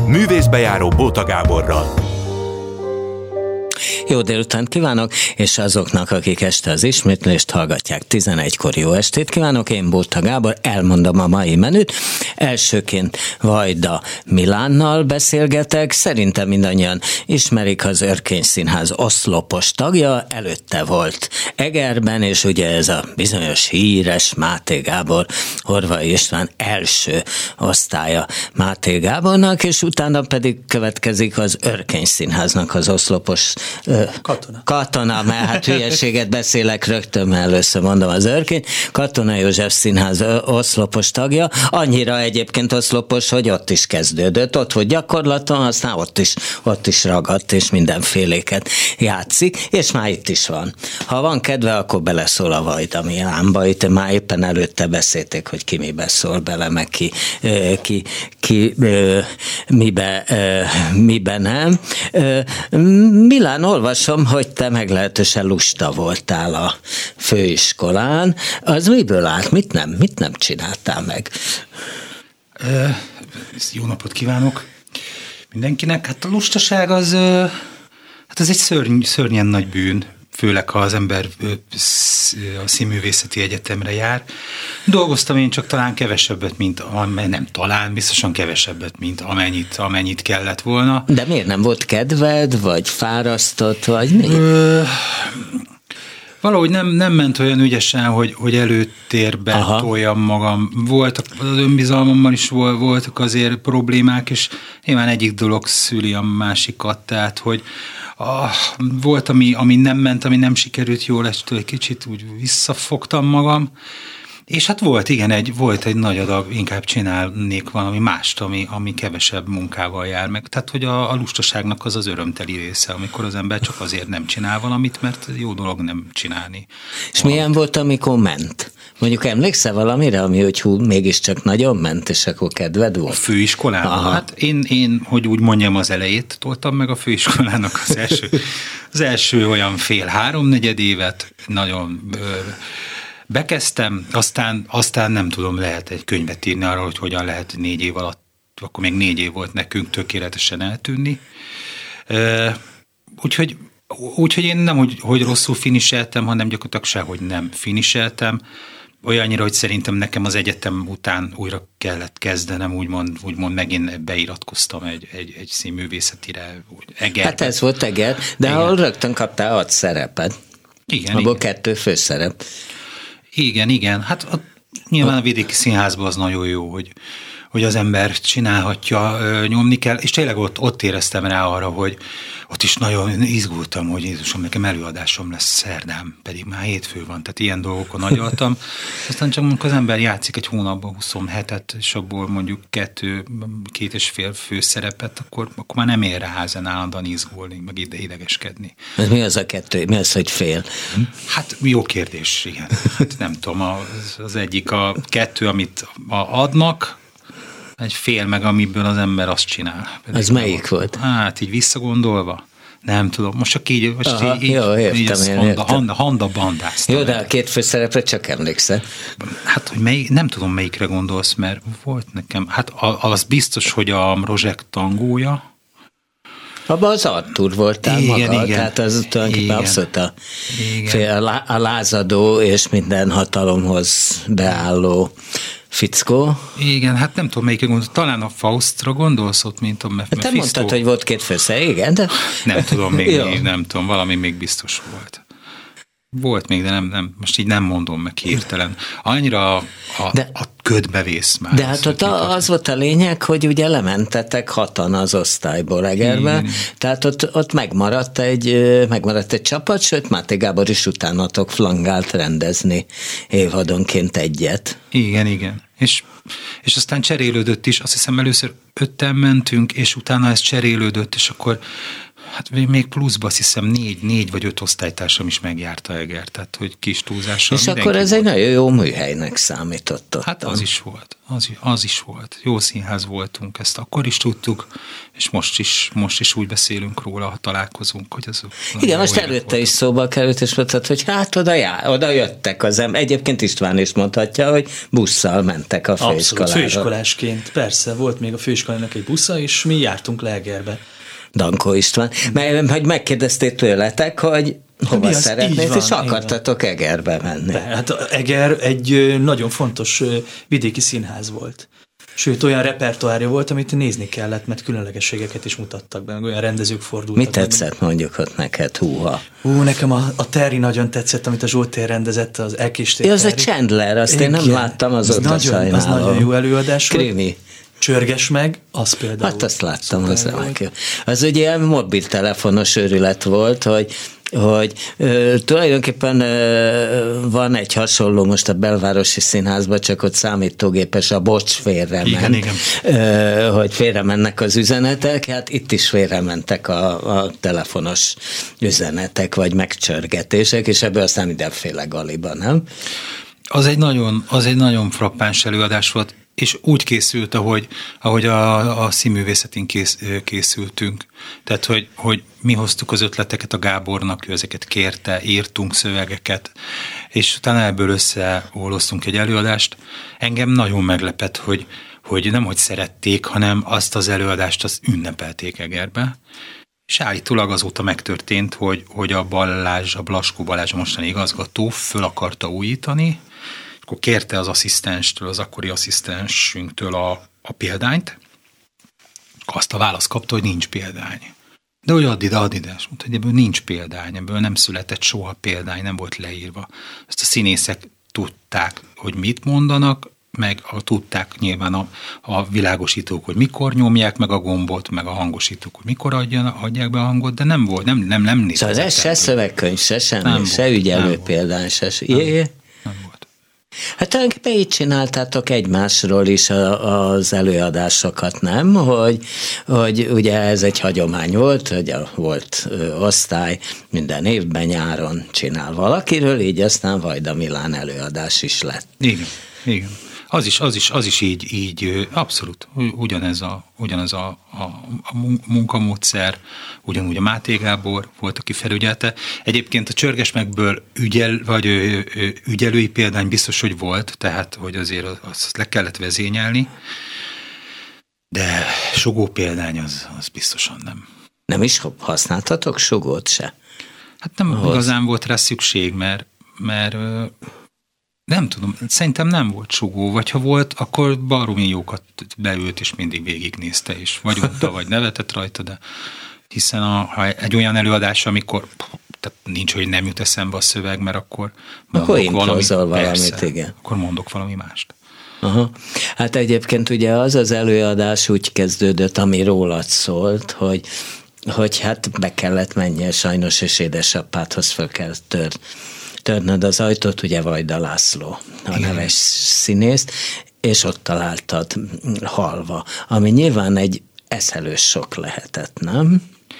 Művészbejáró Bóta Gáborral. Jó délutánt kívánok, és azoknak, akik este az ismétlést hallgatják, 11-kor jó estét kívánok, én Bóta Gábor, elmondom a mai menüt. Elsőként Vajda Milánnal beszélgetek, szerintem mindannyian ismerik, az Örkény Színház oszlopos tagja, előtte volt Egerben, és ugye ez a bizonyos híres Máté Gábor, Horvai István első osztálya Máté Gábornak, és utána pedig következik az Örkény Színháznak az oszlopos Katona, mert hát hülyeséget beszélek rögtön, mert először mondom az Örkény. Katona József Színház oszlopos tagja, annyira egyébként oszlopos, hogy ott is kezdődött, ott volt gyakorlaton, aztán ott is ragadt, és mindenféléket játszik, és már itt is van. Ha van kedve, akkor beleszól a Vajda Milánba, itt már éppen előtte beszélték, hogy ki mibe szól bele, meg ki mibe nem. Milán, olvasom, hogy te meglehetősen lusta voltál a főiskolán. Az miből állt? Mit nem csináltál meg? Jó napot kívánok mindenkinek. Hát a lustaság az egy szörnyen nagy bűn, főleg ha az ember a Színművészeti Egyetemre jár. Dolgoztam én csak talán kevesebbet, biztosan kevesebbet, mint amennyit kellett volna. De miért nem volt kedved, vagy fárasztott, vagy mi? Valahogy nem ment olyan ügyesen, hogy előtérbe toljam magam. Voltak, az önbizalmammal is voltak azért problémák, és nyilván egyik dolog szüli a másikat, tehát, hogy volt, ami nem ment, ami nem sikerült jól, egy kicsit úgy visszafogtam magam, és hát volt egy nagy adag, inkább csinálnék valami mást, ami kevesebb munkával jár meg. Tehát, hogy a lustaságnak az örömteli része, amikor az ember csak azért nem csinál valamit, mert jó dolog nem csinálni. És milyen volt, amikor ment? Mondjuk emlékszel valamire, ami hogy mégiscsak nagyon ment, és akkor kedved volt? A főiskolában? Hát én, hogy úgy mondjam, az elejét toltam meg a főiskolának az első olyan fél-háromnegyed évet, nagyon bekezdtem, aztán nem tudom, lehet egy könyvet írni arra, hogy hogyan lehet 4 év alatt, akkor még 4 év volt nekünk, tökéletesen eltűnni. Úgyhogy én nem, hogy rosszul finiseltem, hanem gyakorlatilag sehogy nem finiseltem. Olyannyira, hogy szerintem nekem az egyetem után újra kellett kezdenem, úgymond megint beiratkoztam egy színművészetire. Egerben. Hát ez volt Eger, de ahol rögtön kaptál 6 szerepet. Igen. Abból 2 főszerep. Igen. Hát nyilván a Vidéki Színházban az nagyon jó, hogy az ember csinálhatja, nyomni kell, és tényleg ott éreztem rá arra, hogy ott is nagyon izgultam, hogy Jézusom, nekem előadásom lesz szerdán, pedig már hétfő van, tehát ilyen dolgokon agyaltam. Aztán csak mondjuk az ember játszik egy hónapban 27-et, és abból mondjuk 2,5 főszerepet, akkor már nem ér rá házen állandóan izgulni, meg idegeskedni. Mi az a 2? Mi az, hogy fél? Hát jó kérdés, igen. Hát nem tudom, az egyik a 2, amit adnak, egy fél meg, amiből az ember azt csinál. Az melyik volt? Hát így visszagondolva. Nem tudom, most csak így jó, értem. Handa bandáztam. Jó, de a 2 főszerepre csak emlékszel. Hát, hogy nem tudom, melyikre gondolsz, mert volt nekem, hát az biztos, hogy a Rozsek tangója. Abban az Artúr voltál maga, tehát az tulajdonképpen abszolút a lázadó és minden hatalomhoz beálló fickó. Igen, hát nem tudom, melyikre gondolsz. Talán a Faustra gondolsz ott, mint a Mephisto. Te mondtad, hogy volt 2 főszerep, igen, de... Nem tudom, nem tudom, valami még biztos volt. Volt még, de nem, most így nem mondom meg hirtelen. Annyira a ködbe vész már. De hát ott az volt a lényeg, hogy ugye lementetek 6-an az osztályból Egerbe, tehát ott megmaradt egy csapat, sőt Máté Gábor is utánatok flangált rendezni évadonként egyet. Igen. És aztán cserélődött is, azt hiszem először 5-en mentünk, és utána ez cserélődött, és akkor Hát még pluszba azt hiszem 4 vagy 5 osztálytársam is megjárta Eger, tehát hogy kis túlzással. És akkor ez egy nagyon jó műhelynek számított. Hát az is volt. Jó színház voltunk, ezt akkor is tudtuk, és most is úgy beszélünk róla, ha találkozunk, hogy ez... Igen, most előtte is szóba került, és mondtad, hogy hát oda jöttek az Egyébként István is mondhatja, hogy busszal mentek a főiskolára. Abszolút, főiskolásként, persze, volt még a főiskolának egy busza, és mi jártunk le Egerbe. Dankó István. Hogy megkérdezték tőletek, hogy hova szeretnéd, és akartatok Egerbe menni. Hát Eger egy nagyon fontos vidéki színház volt. Sőt, olyan repertoárja volt, amit nézni kellett, mert különlegességeket is mutattak be, olyan rendezők fordultak. Mi tetszett mondjuk ott neked, húha? Nekem a Terry nagyon tetszett, amit a Zsoltér rendezett, az elkésték. Az a Chandler, azt én nem láttam, azóta sajnálom. Az nagyon jó előadás volt. Krimi. Csörges meg, az például. Hát azt láttam, az remek jó. Az ugye ilyen mobiltelefonos őrület volt, hogy tulajdonképpen van egy hasonló most a Belvárosi Színházban, csak ott számítógépes a bocs félrement, igen. Hogy félremennek az üzenetek, hát itt is félrementek a telefonos üzenetek, vagy megcsörgetések, és ebből aztán mindenféle galiba, nem? Az egy nagyon frappáns előadás volt, és úgy készült, ahogy a színművészetén készültünk. Tehát, hogy mi hoztuk az ötleteket a Gábornak, ő ezeket kérte, írtunk szövegeket, és utána ebből összeoloztunk egy előadást. Engem nagyon meglepett, hogy nem hogy szerették, hanem azt az előadást azt ünnepelték Egerbe. És állítólag azóta megtörtént, hogy a Blaskó Balázs, a mostani igazgató föl akarta újítani, akkor kérte az asszisztenstől, az akkori asszisztensünktől a példányt, azt a választ kapta, hogy nincs példány. De hogy add ide, és mondta, hogy ebből nincs példány, ebből nem született soha példány, nem volt leírva. Ezt a színészek tudták, hogy mit mondanak, meg tudták nyilván a világosítók, hogy mikor nyomják meg a gombot, meg a hangosítók, hogy mikor adják be a hangot, de nem volt, nem nézett. Szóval ez se szövegkönyv, se semmi, se ügyelő példány, se... Nem volt. Hát tulajdonképpen így csináltátok egymásról is az előadásokat, nem? Hogy ugye ez egy hagyomány volt, hogy volt osztály, minden évben nyáron csinál valakiről, így aztán Vajda Milán előadás is lett. Igen. Az is így abszolút ugyanez a munkamódszer, ugyanúgy a Máté Gábor volt, aki felügyelte. Egyébként a Csörgesmegből ügyelői példány biztos, hogy volt, tehát hogy azért azt le kellett vezényelni, de sugó példány az biztosan nem. Nem is használtatok sugót se? Hát nem igazán volt rá szükség, mert nem tudom, szerintem nem volt sugó, vagy ha volt, akkor baromi jókat beült, és mindig végignézte, és vagy unta, vagy nevetett rajta, de hiszen ha egy olyan előadás, amikor tehát nincs, hogy nem jut eszembe a szöveg, mert akkor mondok valamit, igen. Akkor mondok valami mást. Aha. Hát egyébként ugye az előadás úgy kezdődött, ami rólad szólt, hogy hát be kellett mennie sajnos, és édesapádhoz fel kell törnöd az ajtót, ugye Vajda László, a neves színész, és ott találtad halva, ami nyilván egy eszelős sok lehetett, nem?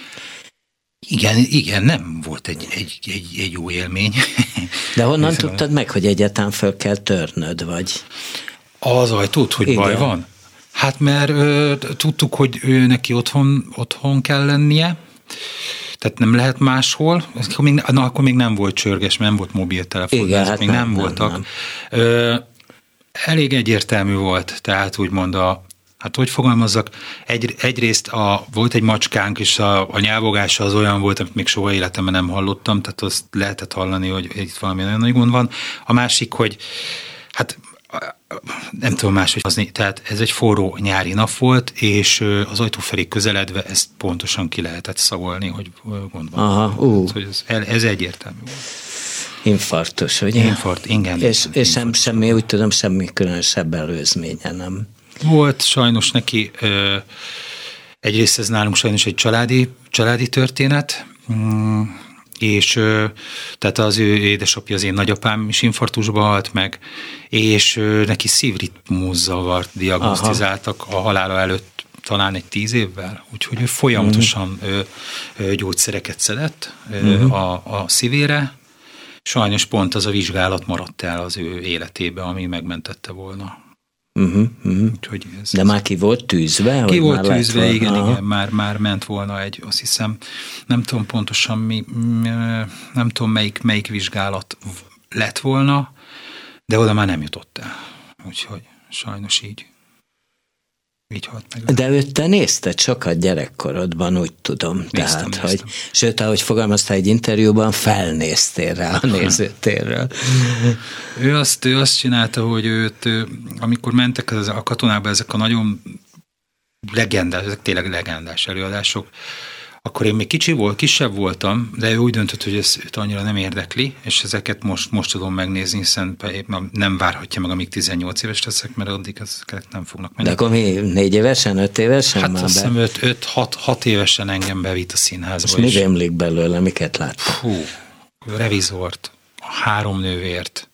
Igen, nem volt egy jó élmény. De honnan tudtad meg, hogy egyáltalán föl kell törnöd, vagy? Az ajtót, hogy igen. Baj van? Hát mert tudtuk, hogy ő neki otthon kell lennie, tehát nem lehet máshol. Akkor még nem volt Csörges, nem volt mobiltelefon, igen, hát még nem voltak. Nem. Elég egyértelmű volt, tehát úgymond hát hogy fogalmazzak, egyrészt volt egy macskánk, és a nyávogása az olyan volt, amit még soha életemben nem hallottam, tehát azt lehetett hallani, hogy itt valami nagyon nagy gond van. A másik, hogy hát nem tudom máshogy hozni, tehát ez egy forró nyári nap volt, és az ajtó felé közeledve ezt pontosan ki lehetett szagolni, hogy gond van. Aha, ez egyértelmű volt. Infarktus, ugye? Igen. És semmi, úgy tudom, semmi különösebb előzménye, nem? Volt sajnos neki, egyrészt ez nálunk sajnos egy családi történet, és tehát az ő édesapja, az én nagyapám is infarktusba halt meg, és neki szívritmuszavart diagnosztizáltak a halála előtt talán egy 10 évvel, úgyhogy ő folyamatosan gyógyszereket szedett a szívére. Sajnos pont az a vizsgálat maradt el az ő életébe, ami megmentette volna. Úgyhogy de már ki volt tűzve? Ki volt tűzve, igen, már ment volna azt hiszem, nem tudom pontosan nem tudom melyik vizsgálat lett volna, de oda már nem jutott el. Úgyhogy sajnos így halt meg. De őt te nézted sokat gyerekkorodban, úgy tudom. Néztem. Sőt, ahogy fogalmaztál egy interjúban, felnéztél rá a nézőtérről. Ő azt csinálta, hogy amikor mentek a katonába ezek a nagyon legendás, ezek tényleg legendás előadások, akkor én még kisebb voltam, de ő úgy döntött, hogy ez őt annyira nem érdekli, és ezeket most tudom megnézni, hiszen nem várhatja meg, amíg 18 éves leszek, mert addig ezeket nem fognak menni. De akkor mi 4 évesen, 5 évesen? Hát azt hiszem 5-6 évesen engem bevitt a színházba. És mi rémlik belőle, miket láttál? Revizort, a 3 nővért,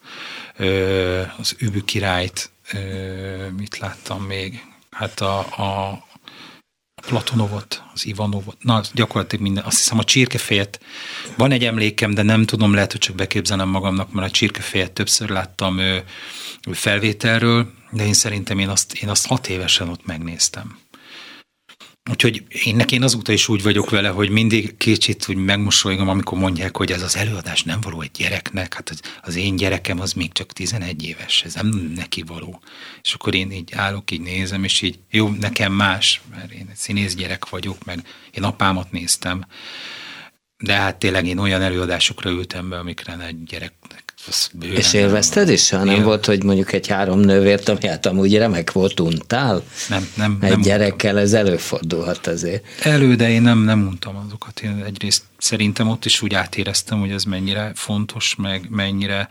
az Übű királyt, mit láttam még? Hát a Platonovot, az Ivanovot, gyakorlatilag minden, azt hiszem a Csirkefejet, van egy emlékem, de nem tudom, lehet, hogy csak beképzelem magamnak, mert a Csirkefejet többször láttam felvételről, de én szerintem én azt 6 évesen ott megnéztem. Úgyhogy én azóta is úgy vagyok vele, hogy mindig kicsit úgy megmosolygom, amikor mondják, hogy ez az előadás nem való egy gyereknek, hát az én gyerekem az még csak 11 éves, ez nem neki való. És akkor én így állok, így nézem, és így jó, nekem más, mert én egy színész gyerek vagyok, meg én apámat néztem, de hát tényleg én olyan előadásokra ültem be, amikre egy gyereknek. És élvezted is? Ha nem volt, hogy mondjuk egy 3 nővért, ami hát amúgy remek volt, untál? Nem. Egy gyerekkel ez előfordulhat azért. De én nem untam azokat. Én egyrészt szerintem ott is úgy átéreztem, hogy ez mennyire fontos, meg mennyire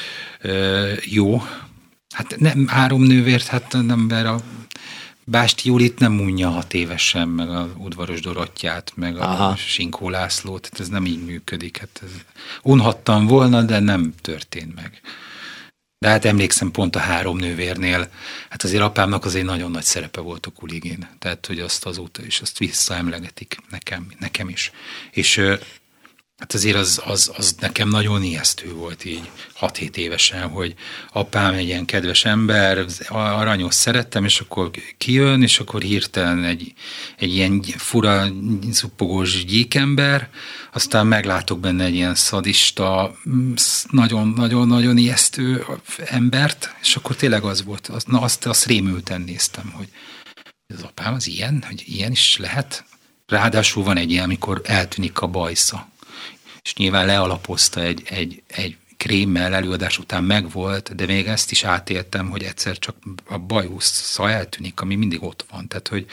jó. Hát nem 3 nővért, hát nem, mert a Básti Julit nem unja 6 évesen, meg a Udvaros Dorottyát, meg a Sinkó Lászlót, tehát ez nem így működik. Hát unhattam volna, de nem történt meg. De hát emlékszem pont a 3 nővérnél, hát azért apámnak azért nagyon nagy szerepe volt a Kuligén, tehát hogy azt azóta is, azt visszaemlegetik nekem is. És hát azért az nekem nagyon ijesztő volt így 6-7 évesen, hogy apám egy ilyen kedves ember, aranyos szerettem, és akkor kijön, és akkor hirtelen egy ilyen fura, zuppogós gyíkember, aztán meglátok benne egy ilyen szadista, nagyon-nagyon ijesztő embert, és akkor tényleg az volt, azt rémülten néztem, hogy az apám az ilyen, hogy ilyen is lehet. Ráadásul van egy ilyen, amikor eltűnik a bajsza. És nyilván lealapozta egy krémmel, előadás után megvolt, de még ezt is átéltem, hogy egyszer csak a bajusza eltűnik, ami mindig ott van. Tehát, hogy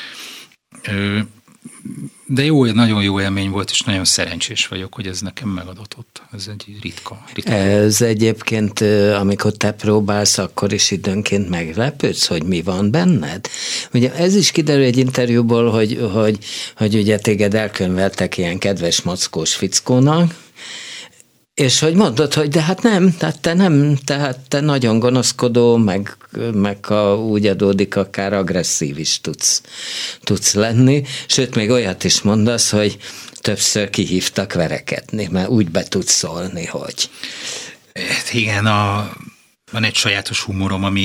de nagyon jó élmény volt, és nagyon szerencsés vagyok, hogy ez nekem megadatott. Ez egy ritka. Ez egyébként, amikor te próbálsz, akkor is időnként meglepődsz, hogy mi van benned? Ugye ez is kiderül egy interjúból, hogy ugye téged elkönyveltek ilyen kedves mackós fickónak, és hogy mondod, hogy de hát nem, tehát te nagyon gonoszkodó, meg ha úgy adódik, akár agresszív is tudsz lenni, sőt, még olyat is mondasz, hogy többször kihívtak verekedni, mert úgy be tudsz szólni, hogy... Igen, van egy sajátos humorom, ami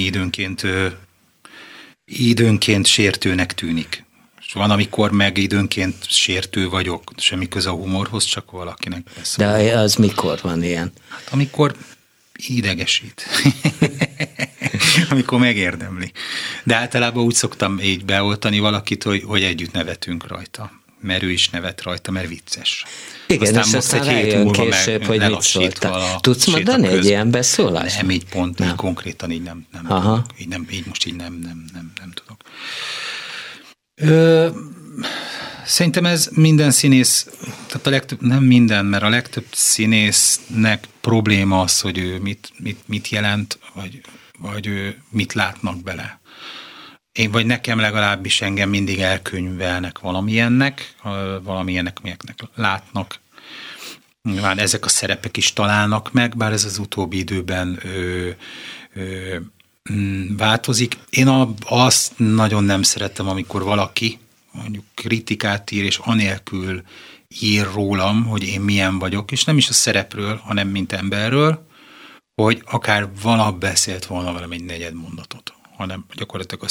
időnként sértőnek tűnik. És van, amikor meg időnként sértő vagyok, semmi köze a humorhoz, csak valakinek beszél. De az mikor van ilyen? Hát amikor idegesít. Amikor megérdemli. De általában úgy szoktam így beoltani valakit, hogy együtt nevetünk rajta. Mert ő is nevet rajta, mert vicces. Igen, aztán rájön később, hogy mit szóltál. Tudsz mondani egy ilyen beszólást? Nem, így pont, nem. Így konkrétan így nem tudok. Így most így nem tudok. Szerintem ez minden színész, tehát a legtöbb, nem minden, mert a legtöbb színésznek probléma az, hogy ő mit jelent, vagy ő mit látnak bele. Vagy nekem legalábbis engem mindig elkönyvelnek valamilyennek, amelyeknek látnak. Nyilván ezek a szerepek is találnak meg, bár ez az utóbbi időben Változik. Én azt nagyon nem szeretem, amikor valaki mondjuk kritikát ír, és anélkül ír rólam, hogy én milyen vagyok, és nem is a szerepről, hanem mint emberről, hogy akár valahogy beszélt volna velem egy negyed mondatot, hanem gyakorlatilag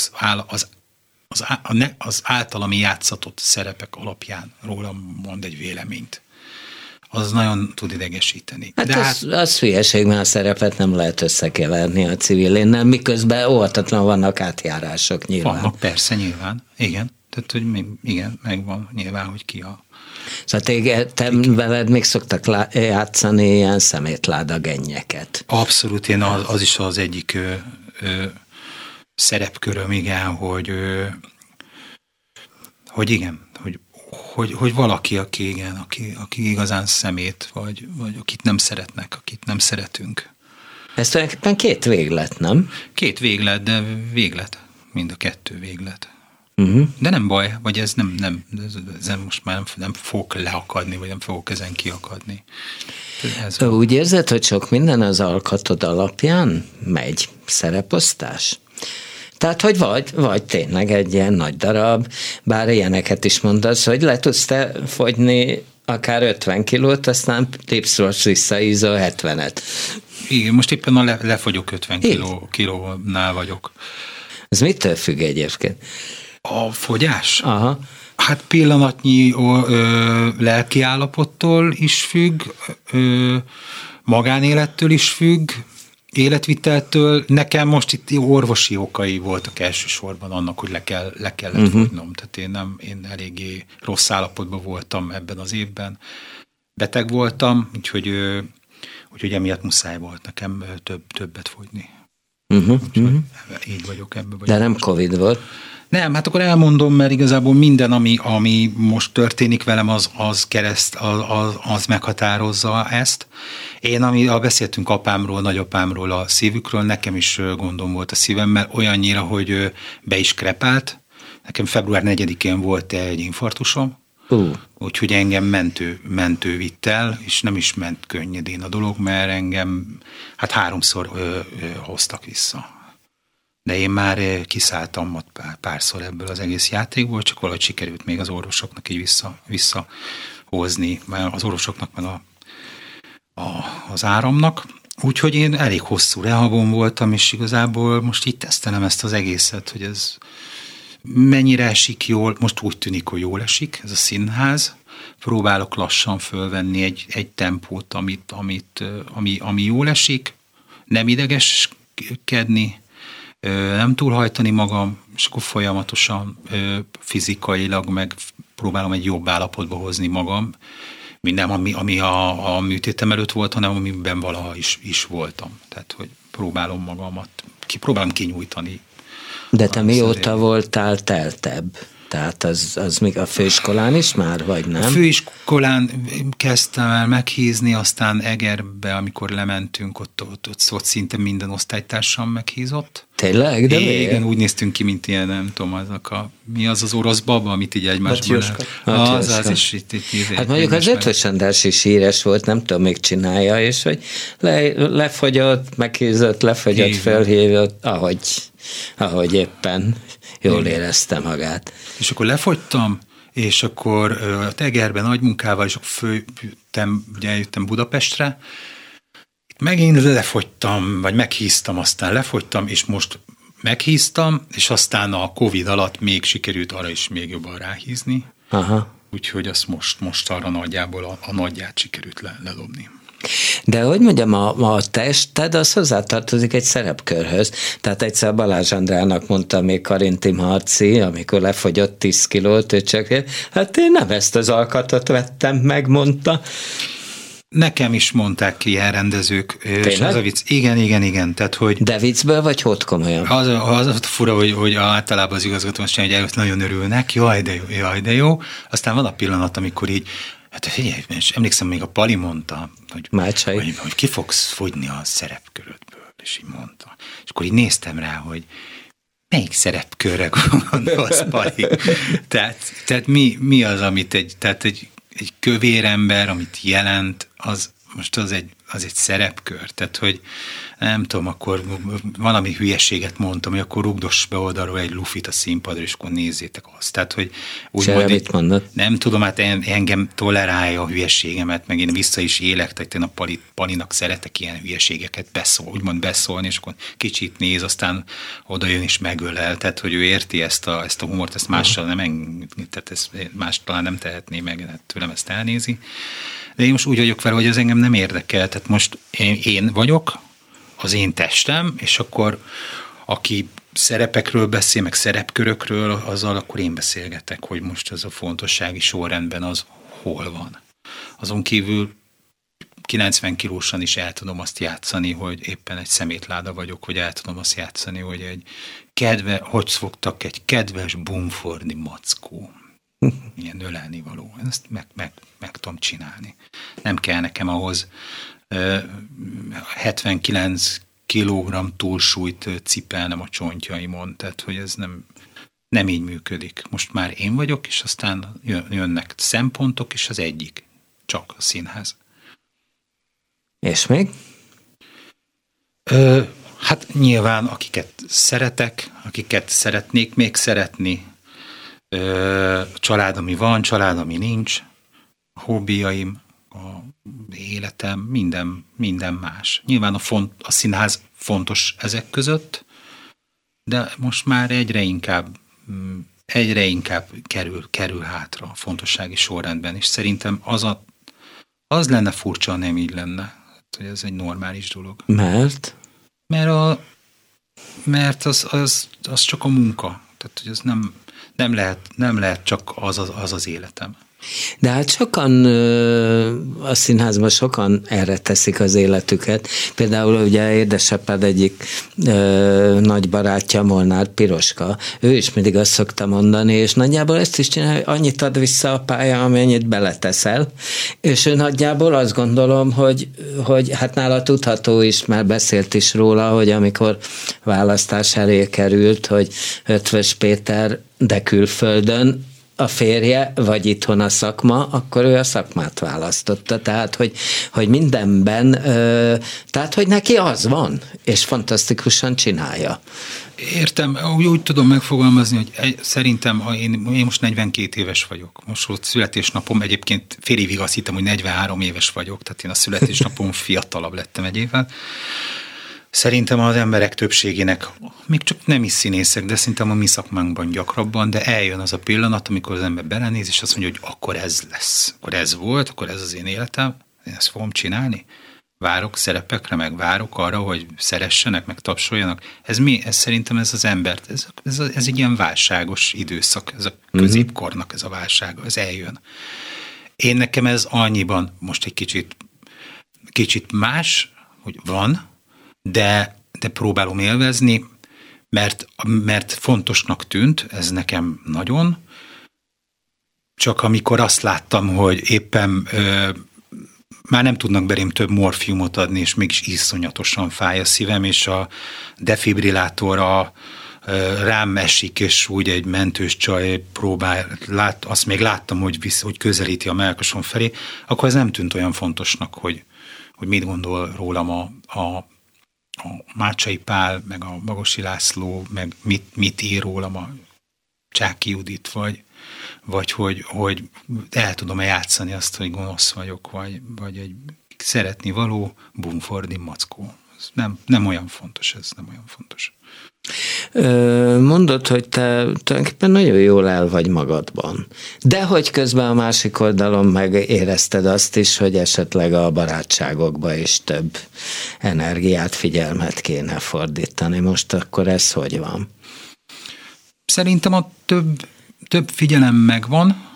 az általami játszatott szerepek alapján rólam mond egy véleményt. Az nagyon tud idegesíteni. Hát az hülyeség, mert a szerepet nem lehet összekeverni a civilénnel, miközben óvatatlan vannak átjárások nyilván. Vannak, persze, nyilván. Igen. Tehát, hogy igen, megvan nyilván, hogy ki a... Szóval veled még szoktak játszani ilyen szemétláda gennyeket. Abszolút, én az is az egyik szerepköröm, igen, hogy igen, hogy valaki, aki igazán szemét, vagy akit nem szeretnek, akit nem szeretünk. Ez tulajdonképpen 2 véglet, nem? 2 véglet, de véglet. Mind a 2 véglet. De nem baj, vagy ez nem most már nem fogok leakadni, vagy nem fogok ezen kiakadni. Úgy érzed, hogy sok minden az alkatod alapján megy szereposztás? Tehát, hogy vagy tényleg egy ilyen nagy darab, bár ilyeneket is mondasz, hogy le tudsz te fogyni akár 50 kilót, aztán tipszros visszaízol 70-et. Igen, most éppen lefogyok 50 kilónál vagyok. Ez mitől függ egyébként? A fogyás? Aha. Hát pillanatnyi lelkiállapottól is függ, magánélettől is függ, életviteltől. Nekem most itt orvosi okai voltak elsősorban annak, hogy le kellett fogynom. Tehát én eléggé rossz állapotban voltam ebben az évben. Beteg voltam, úgyhogy emiatt muszáj volt nekem többet fogyni. Így vagyok ebben. De nem Covid volt? Nem, hát akkor elmondom, mert igazából minden, ami most történik velem, az meghatározza ezt. Én, beszéltünk apámról, nagyapámról, a szívükről, nekem is gondom volt a szívemmel, olyannyira, hogy be is krepált. Nekem február 4-én volt egy infarktusom, úgyhogy engem mentő vitt el, és nem is ment könnyedén a dolog, mert engem 3-szor hoztak vissza. De én már kiszálltam ott párszor ebből az egész játékból, csak valahogy sikerült még az orvosoknak így visszahozni, az orvosoknak meg az áramnak. Úgyhogy én elég hosszú rehagon voltam, és igazából most így tesztelem ezt az egészet, hogy ez mennyire esik jól. Most úgy tűnik, hogy jól esik ez a színház. Próbálok lassan fölvenni egy tempót, ami jól esik, nem idegeskedni, nem túlhajtani magam, és akkor folyamatosan fizikailag meg próbálom egy jobb állapotba hozni magam, nem ami a műtétem előtt volt, hanem amiben valaha is voltam. Tehát, hogy próbálom magamat, próbálom kinyújtani. De te mióta voltál teltebb? Tehát az még a főiskolán is már, vagy nem? A főiskolán kezdtem el meghízni, aztán Egerbe, amikor lementünk, ott szinte minden osztálytársam meghízott. Tényleg? De igen, úgy néztünk ki, mint ilyen, nem tudom, mi az orosz baba, amit így egymásban... Az is itt hát mondjuk az Ötvös András is híres volt, nem tudom, még csinálja, és hogy lefogyott, meghízott, lefogyott, fölhívott, ahogy éppen jól érezte magát. És akkor lefogytam, és akkor a Egerben nagy munkával, és akkor eljöttem Budapestre, itt megint lefogytam, vagy meghíztam, aztán lefogytam, és most meghíztam, és aztán a Covid alatt még sikerült arra is még jobban ráhízni. Aha. Úgyhogy azt most arra nagyjából a nagyját sikerült ledobni. De hogy mondjam, a tested az hozzátartozik egy szerepkörhöz. Tehát egyszer Balázs Andrának mondta még Karinti Marci, amikor lefogyott 10 kilót, ő csak, hát én nem ezt az alkatot vettem meg, mondta. Nekem is mondták ilyen rendezők. És az a vicc. Igen. Tehát, hogy de viccből vagy hogy komolyan? Az fura, hogy általában az igazgató azt csinálja, hogy nagyon örülnek, jaj de jó. Aztán van a pillanat, amikor így, hát figyelj, emlékszem, még a Pali mondta, hogy ki fogsz fogyni a szerepkörödből, és így mondta. És akkor így néztem rá, hogy melyik szerepkörre gondolsz, Pali? Tehát mi az, amit egy kövér ember, amit jelent, az egy szerepkör, tehát hogy nem tudom, akkor valami hülyeséget mondtam, hogy akkor rugdoss be oldalról egy lufit a színpadra, és akkor nézzétek azt. Tehát, hogy úgymond, nem tudom, hát engem tolerálja a hülyeségemet, meg én vissza is élek, tehát én a Palinak szeretek ilyen hülyeségeket úgymond beszólni, és akkor kicsit néz, aztán oda jön és megölel, tehát, hogy ő érti ezt a humort, ezt mással nem tehát ezt más talán nem tehetné meg, hát tőlem ezt elnézi. De én most úgy vagyok vele, hogy ez engem nem érdekel, tehát most én vagyok, az én testem, és akkor aki szerepekről beszél, meg szerepkörökről, azzal akkor én beszélgetek, hogy most ez a fontossági sorrendben az hol van. Azon kívül 90 kilósan is el tudom azt játszani, hogy éppen egy szemétláda vagyok, hogy el tudom azt játszani, hogy hogy szoktak egy kedves bumfordi mackó. Ilyen ölelnivaló. Ezt meg tudom csinálni. Nem kell nekem ahhoz 79 kilogramm túlsúlyt cipelnem a csontjaimon, tehát hogy ez nem így működik. Most már én vagyok, és aztán jönnek szempontok, és az egyik csak a színház. És még? Hát nyilván, akiket szeretek, akiket szeretnék még szeretni, család, ami van, család, ami nincs, a hobbiaim, a életem, minden más. Nyilván a színház fontos ezek között, de most már egyre inkább kerül hátra a fontossági sorrendben, és szerintem az lenne furcsa, ha nem így lenne, hogy ez egy normális dolog. Mert? Mert az csak a munka, tehát hogy ez nem lehet csak az életem. De hát sokan a színházban erre teszik az életüket. Például ugye édesapád egyik nagy barátja, Molnár Piroska, ő is mindig azt szokta mondani, és nagyjából ezt is csinálja, hogy annyit ad vissza a pálya, amennyit beleteszel, és ő nagyjából azt gondolom, hogy hát nála tudható is, már beszélt is róla, hogy amikor választás elé került, hogy Ötvös Péter, de külföldön, a férje, vagy itthon a szakma, akkor ő a szakmát választotta. Tehát, hogy mindenben, tehát, hogy neki az van, és fantasztikusan csinálja. Értem, úgy tudom megfogalmazni, hogy szerintem én most 42 éves vagyok. Most volt születésnapom, egyébként fél évig azt hittem, hogy 43 éves vagyok, tehát én a születésnapom fiatalabb lettem egy évvel. Szerintem az emberek többségének, még csak nem is színészek, de szerintem a mi szakmánkban gyakrabban, de eljön az a pillanat, amikor az ember belenéz, és azt mondja, hogy akkor ez lesz, akkor ez volt, akkor ez az én életem, én ezt fogom csinálni. Várok szerepekre, meg várok arra, hogy szeressenek, meg tapsoljanak. Ez szerintem ez az embert, ez egy ilyen válságos időszak, ez a középkornak ez a válság, ez eljön. Én nekem ez annyiban most egy kicsit más, hogy van, de próbálom élvezni, mert fontosnak tűnt, ez nekem nagyon. Csak amikor azt láttam, hogy éppen már nem tudnak belém több morfiumot adni, és mégis iszonyatosan fáj a szívem, és a defibrillátor rám esik, és úgy egy mentős csaj azt még láttam, hogy közelíti a mellkasom felé, akkor ez nem tűnt olyan fontosnak, hogy mit gondol rólam a Mácsai Pál, meg a Magosi László, meg mit ír rólam a Csáky Judit, vagy hogy el tudom-e játszani azt, hogy gonosz vagyok, vagy egy szeretni való bumfordi mackó. Ez nem olyan fontos, ez nem olyan fontos. Mondod, hogy te tulajdonképpen nagyon jól el vagy magadban. De hogy közben a másik oldalon megérezted azt is, hogy esetleg a barátságokba is több energiát, figyelmet kéne fordítani. Most akkor ez hogy van? Szerintem a több figyelem megvan.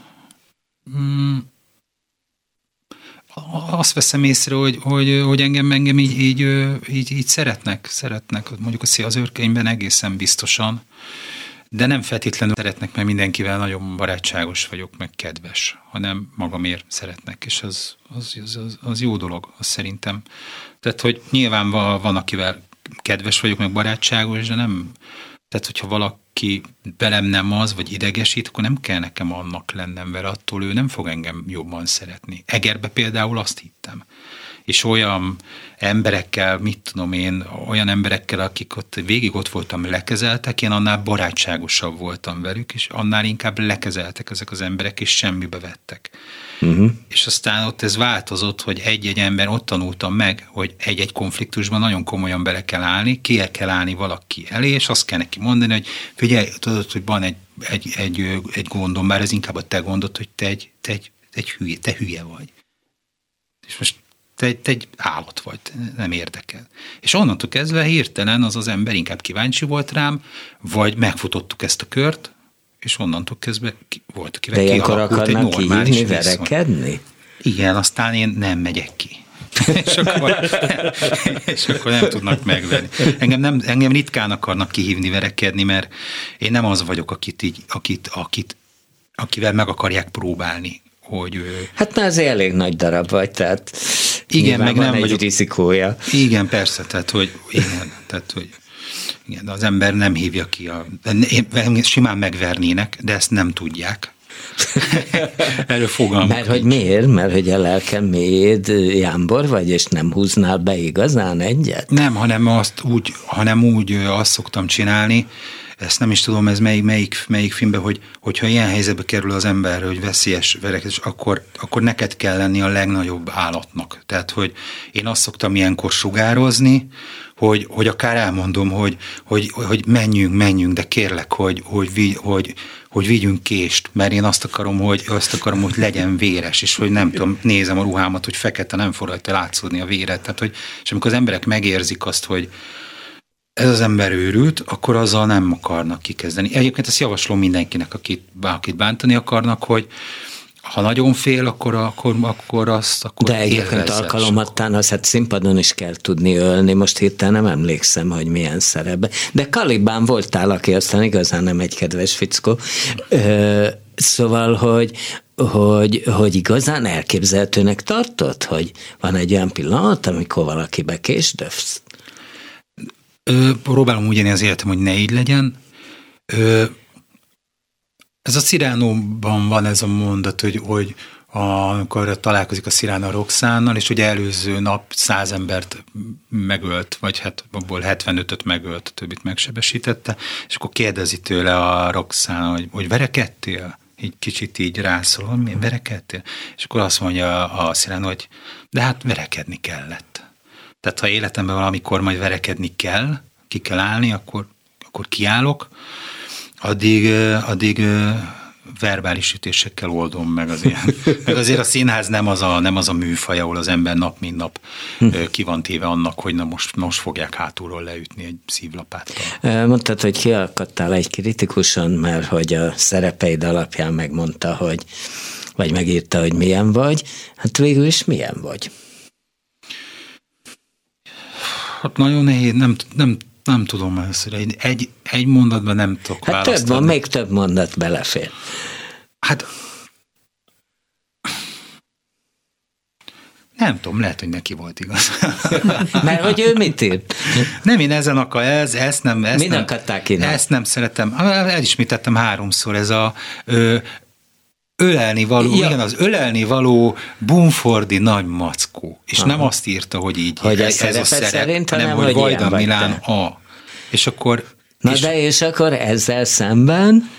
Azt veszem észre, hogy engem így szeretnek. Mondjuk az Őrkönyvben egészen biztosan, de nem feltétlenül szeretnek, mert mindenkivel nagyon barátságos vagyok, meg kedves, hanem magamért szeretnek, és az jó dolog, az szerintem. Tehát, hogy nyilván van, akivel kedves vagyok, meg barátságos, de nem. Tehát, hogyha valaki belem nem az, vagy idegesít, akkor nem kell nekem annak lennem vele, attól ő nem fog engem jobban szeretni. Egerbe például azt hittem. és olyan emberekkel, mit tudom én, olyan emberekkel, akik ott végig ott voltam, lekezeltek, én annál barátságosabb voltam velük, és annál inkább lekezeltek ezek az emberek, és semmibe vettek. És aztán ott ez változott, hogy egy-egy ember, ott tanultam meg, hogy egy-egy konfliktusban nagyon komolyan bele kell állni, ki kell állni valaki elé, és azt kell neki mondani, hogy figyelj, tudod, hogy van egy gondom, bár ez inkább a te gondod, hogy te hülye vagy. És most te egy állat vagy, nem érdekel. És onnantól kezdve hirtelen az ember inkább kíváncsi volt rám, vagy megfutottuk ezt a kört, és onnantól kezdve volt, akivel kialakult egy normális hívni, verekedni? Igen, aztán én nem megyek ki. és akkor nem tudnak megvenni. Engem ritkán akarnak kihívni, verekedni, mert én nem az vagyok, akivel meg akarják próbálni. Hogy hát már azért elég nagy darab vagy, tehát igen, meg nem egy vagyok rizikója. Igen, persze, tehát hogy igen, az ember nem hívja ki simán megvernének, de ezt nem tudják. Erről fogalmuk. Mert hogy miért? Mert hogy a lelkem mélyéd jámbor vagy, és nem húznál be igazán egyet? Nem, hanem úgy azt szoktam csinálni, ezt nem is tudom, ez melyik filmben, hogyha ilyen helyzetbe kerül az ember, hogy veszélyes verekedés, akkor neked kell lenni a legnagyobb állatnak. Tehát, hogy én azt szoktam ilyenkor sugározni, hogy akár elmondom, hogy menjünk, de kérlek, hogy vigyünk kést, mert én azt akarom, hogy legyen véres, és hogy nem tudom, nézem a ruhámat, hogy fekete, nem fog rajta látszódni a véret. Tehát, és amikor az emberek megérzik azt, hogy ez az ember őrült, akkor azzal nem akarnak kikezdeni. Egyébként ezt javaslom mindenkinek, akit bántani akarnak, hogy ha nagyon fél, akkor azt de egyébként alkalomattán az, hát színpadon is kell tudni ölni, most hirtelen nem emlékszem, hogy milyen szerepben. De Kalibán voltál, aki aztán igazán nem egy kedves fickó. Szóval, hogy igazán elképzelhetőnek tartod, hogy van egy olyan pillanat, amikor valakibe késdöfsz? Próbálom úgy élni az életem, hogy ne így legyen. Ez a Cyránóban van ez a mondat, hogy amikor találkozik a Cyrano Roxannal, és ugye előző nap 100 embert megölt, vagy hát abból 75-öt megölt, a többit megsebesítette, és akkor kérdezi tőle a Roxanna, hogy verekedtél? Így kicsit így rászól, mi verekedtél? És akkor azt mondja a Cyrano, hogy de hát verekedni kellett. Tehát ha életemben valamikor majd verekedni kell, ki kell állni, akkor kiállok, addig verbális ütésekkel oldom meg az ilyen. Meg azért a színház nem az a műfaj, ahol az ember nap mint nap ki van téve annak, hogy na most fogják hátulról leütni egy szívlapáttal. Mondtad, hogy kiakadtál egy kritikuson, mert hogy a szerepeid alapján megmondta, vagy megírta, hogy milyen vagy. Hát végül is milyen vagy? Hát nagyon nehéz, nem tudom először. Egy mondatban nem tudok választani. Hát több van, még több mondat belefér. Hát nem tudom, lehet, hogy neki volt igaz. Mert hogy ő mit írt? Nem, én ezen ezt nem. Min akadták ki? Ezt nem szeretem. Elismételtem 3-szor, ez a ölelni való, ja. Igen, az ölelni való Bumfordi nagy mackó. És nem azt írta, hogy így hogy ez a szerep, hanem hogy Vajda Milán a. És akkor... Na és, de és akkor ezzel szemben?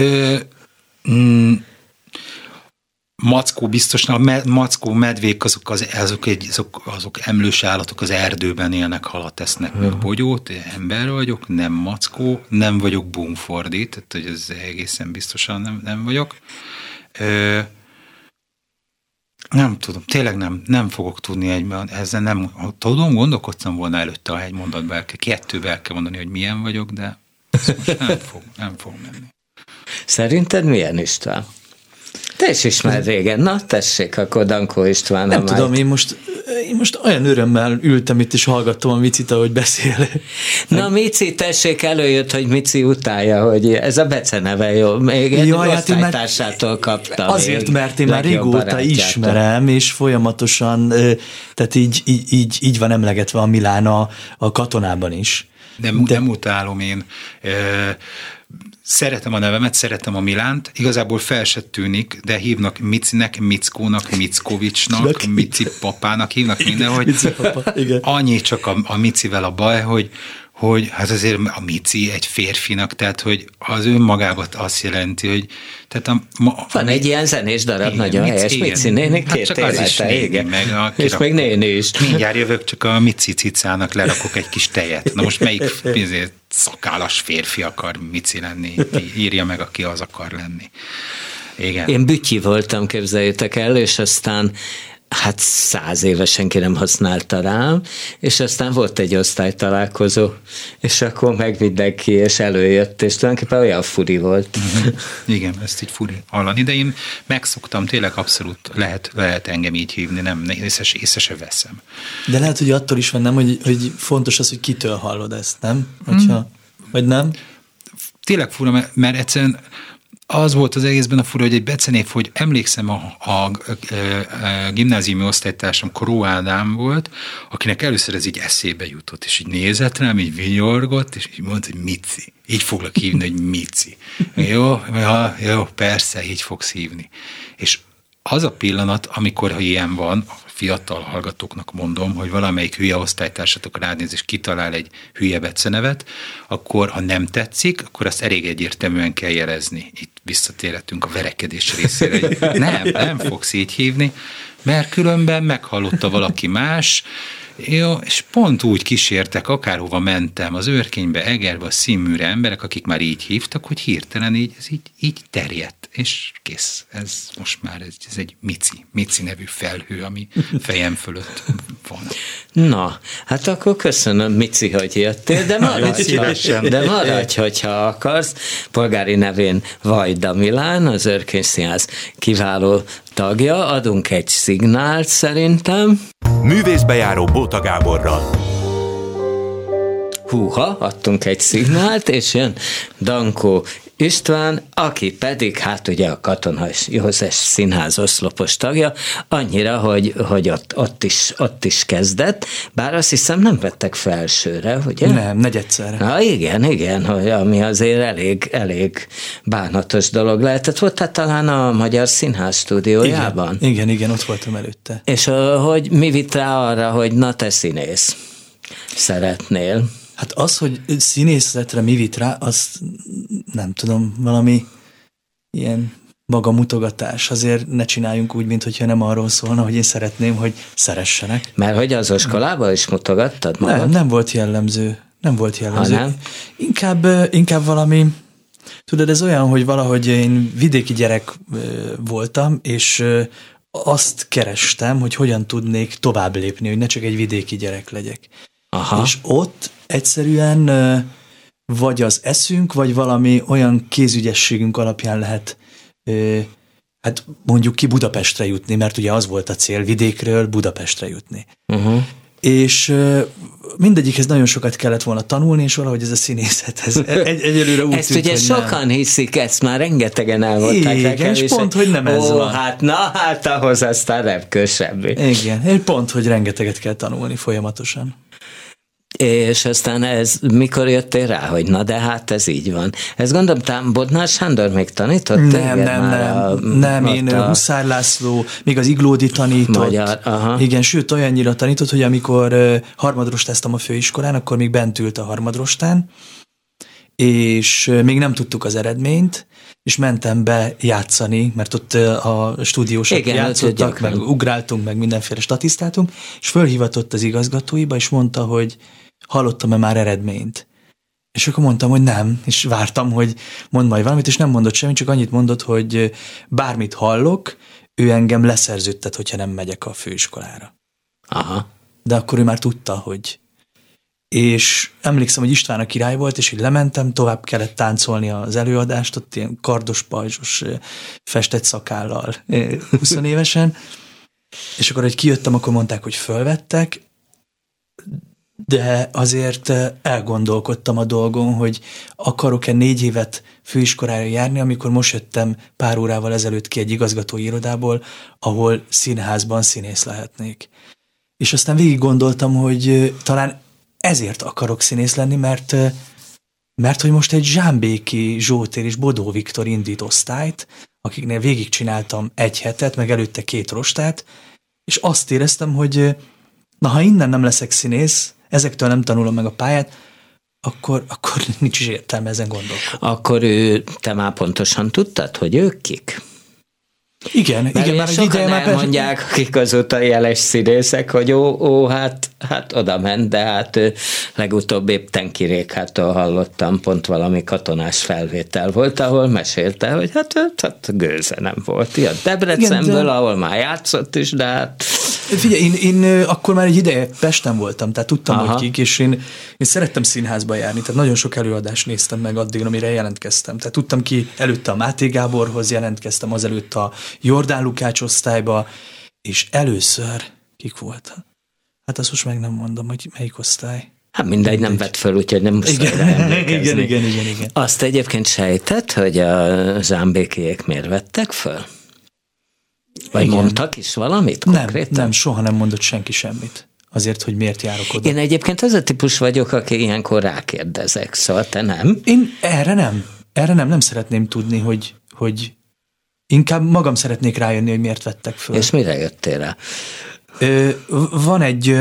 Mackó biztos, mackó, medvék, azok emlős állatok, az erdőben élnek, halat esznek, meg bogyót, ember vagyok, nem mackó, nem vagyok Bumfordi, tehát hogy ez egészen biztosan nem vagyok. Nem tudom, tényleg nem fogok tudni egyben, ezzel nem tudom, gondolkodtam volna előtte, ha egy mondatban kettőbe el kell mondani, hogy milyen vagyok, de most nem fog menni. Szerinted milyen, István? Te is ismered régen. Na, tessék, akkor Dankó István. Nem tudom, én most olyan örömmel ültem itt, és hallgattam a Micit, ahogy beszél. Na, Mici, tessék, előjött, hogy Mici utálja, hogy ez a beceneve jó. Még egy osztálytársától kaptam. Azért, mert én már régóta ismerem, és folyamatosan, tehát így van emlegetve a Milán a Katonában is. Nem utálom én. szeretem a nevemet, szeretem a Milánt, igazából fel se tűnik, de hívnak Micinek, Mickónak, Mickovicsnak, Mici papának, hívnak mindenhogy. Annyi csak a Micivel a baj, hogy hát azért a Mici egy férfinak, tehát hogy az önmagában azt jelenti, hogy tehát van egy ilyen zenés darab, igen, nagyon helyes, Mici néni, hát csak az is néni, meg és még néni is. Mindjárt jövök, csak a Mici cicának lerakok egy kis tejet. Na most melyik szakállas férfi akar Mici lenni? Írja meg, aki az akar lenni. Igen. Én Bütyi voltam, képzeljétek el, és aztán 100 éve senki nem használta rám, és aztán volt egy osztálytalálkozó, és akkor meg mindenki, és előjött, és tulajdonképpen olyan furi volt. Igen, ezt így furi hallani, de én megszoktam, tényleg abszolút lehet engem így hívni, nem észre se veszem. De lehet, hogy attól is van, nem, hogy fontos az, hogy kitől hallod ezt, nem? Vagy nem? Tényleg fura, mert egyszerűen az volt az egészben a fura, hogy egy becenév, hogy emlékszem a gimnáziumi osztálytársam Koró Ádám volt, akinek először ez így eszébe jutott, és így nézett rám, így vigyorgott, és így mondta, hogy Mici. Így foglak hívni, hogy Mici. Jó, persze, így fogsz hívni. És az a pillanat, amikor, ha ilyen van, a fiatal hallgatóknak mondom, hogy valamelyik hülye osztálytársatok ránéz, és kitalál egy hülye becenevet, akkor, ha nem tetszik, akkor azt elég egyértelműen kell jelezni. Itt visszatérhetünk a verekedés részére, hogy nem fogsz így hívni, mert különben meghallotta valaki más. Jó, és pont úgy kísértek, akárhova mentem, az Őrkénybe, Egerbe, a Színműre emberek, akik már így hívtak, hogy hirtelen ez így terjedt, és kész. Ez most már ez egy Mici nevű felhő, ami fejem fölött van. Na, hát akkor köszönöm, Mici, hogy jöttél, de maradj, hogyha akarsz. Polgári nevén Vajda Milán, az Őrkény Színház kiváló tagja. Adunk egy szignált szerintem. Művészbejáró Bóta Gáborral. Húha, adtunk egy szignált, és jön Dankó István, aki pedig, hát ugye a Katona József Színház oszlopos tagja, annyira, hogy ott is kezdett, bár azt hiszem nem vettek felsőre, ugye? Nem, negyedszerre. Igen, hogy ami azért elég bánatos dolog lehetett. Volt tehát talán a Magyar Színház stúdiójában? Igen, ott voltam előtte. És hogy mi vitt rá arra, hogy na te színész szeretnél? Hát az, hogy színészetre mi vitt rá, azt nem tudom, valami ilyen magamutogatás. Azért ne csináljunk úgy, mintha nem arról szólna, hogy én szeretném, hogy szeressenek. Mert hogy az iskolában is mutogattad magad? Nem volt jellemző. Nem? Inkább valami, tudod, ez olyan, hogy valahogy én vidéki gyerek voltam, és azt kerestem, hogy hogyan tudnék tovább lépni, hogy ne csak egy vidéki gyerek legyek. Aha. És ott egyszerűen vagy az eszünk, vagy valami olyan kézügyességünk alapján lehet hát mondjuk ki Budapestre jutni, mert ugye az volt a cél, vidékről Budapestre jutni. Uh-huh. És mindegyikhez nagyon sokat kellett volna tanulni, és valahogy ez a színészethez egyelőre úgy ezt tűnt, ugye sokan hiszik, ezt már rengetegen elmondták. Igen, és pont, hogy nem ez van. Hát ahhoz aztán nem kell semmi. Igen, pont, hogy rengeteget kell tanulni folyamatosan. És aztán ez mikor jöttél rá, hogy na de hát ez így van. Ezt gondolom, talán Bodnár Sándor még tanított? Nem, én Huszár László, még az Iglódi tanított. Magyar, aha. Igen, sőt olyannyira tanított, hogy amikor harmadrostáztam a főiskolán, akkor még bent ült a harmadrostán, és még nem tudtuk az eredményt, és mentem be játszani, mert ott a stúdiósok játszottak, meg ugráltunk, meg mindenféle statisztáltunk, és fölhivatott az igazgatóiba, és mondta, hogy hallottam-e már eredményt. És akkor mondtam, hogy nem, és vártam, hogy mond majd valamit, és nem mondott semmit, csak annyit mondott, hogy bármit hallok, ő engem leszerződtet, hogyha nem megyek a főiskolára. Aha. De akkor ő már tudta, hogy... És emlékszem, hogy István a király volt, és így lementem, tovább kellett táncolni az előadást, ott ilyen kardos, pajzsos, festett szakállal 20 évesen, és akkor, hogy kijöttem, akkor mondták, hogy fölvettek, de azért elgondolkodtam a dolgon, hogy akarok-e 4 évet főiskolára járni, amikor most jöttem pár órával ezelőtt ki egy igazgatói irodából, ahol színházban színész lehetnék. És aztán végig gondoltam, hogy talán ezért akarok színész lenni, mert mert hogy most egy Zsámbéki Zsótér és Bodó Viktor indít osztályt, akiknél végigcsináltam 1 hetet, meg előtte 2 rostát, és azt éreztem, hogy na, ha innen nem leszek színész, ezektől nem tanulom meg a pályát, akkor nincs is értelme ezen gondolkodni. Akkor te már pontosan tudtad, hogy ők kik? Igen, már egy ideje már elmondják, akik azóta jeles színészek, hogy hát oda ment, de hát legutóbb épp Tenki Rékától hallottam, pont valami katonás felvétel volt, ahol mesélte, hogy hát gőze nem volt. Ilyen Debrecenből, igen, ahol már játszott is, de hát... Figyelj, én akkor már egy ideje Pesten voltam, tehát tudtam, hogy kik, és én szerettem színházba járni, tehát nagyon sok előadást néztem meg addig, amire jelentkeztem. Tehát tudtam ki, előtte a Máté Gáborhoz jelentkeztem, azelőtt a Jordán Lukács osztályba, és először kik voltak? Hát azt most meg nem mondom, hogy melyik osztály. Hát mindegy, nem vett föl, úgyhogy nem muszáj rá emlékezni. Igen. Azt egyébként sejtett, hogy a Zsámbékiek miért vettek föl? Vagy igen. Mondtak is valamit konkrétan? Nem, soha nem mondott senki semmit. Azért, hogy miért járok oda. Én egyébként az a típus vagyok, aki ilyenkor rákérdezek, szóval te nem? Én erre nem szeretném tudni, hogy inkább magam szeretnék rájönni, hogy miért vettek föl. És mire jöttél rá? Van egy...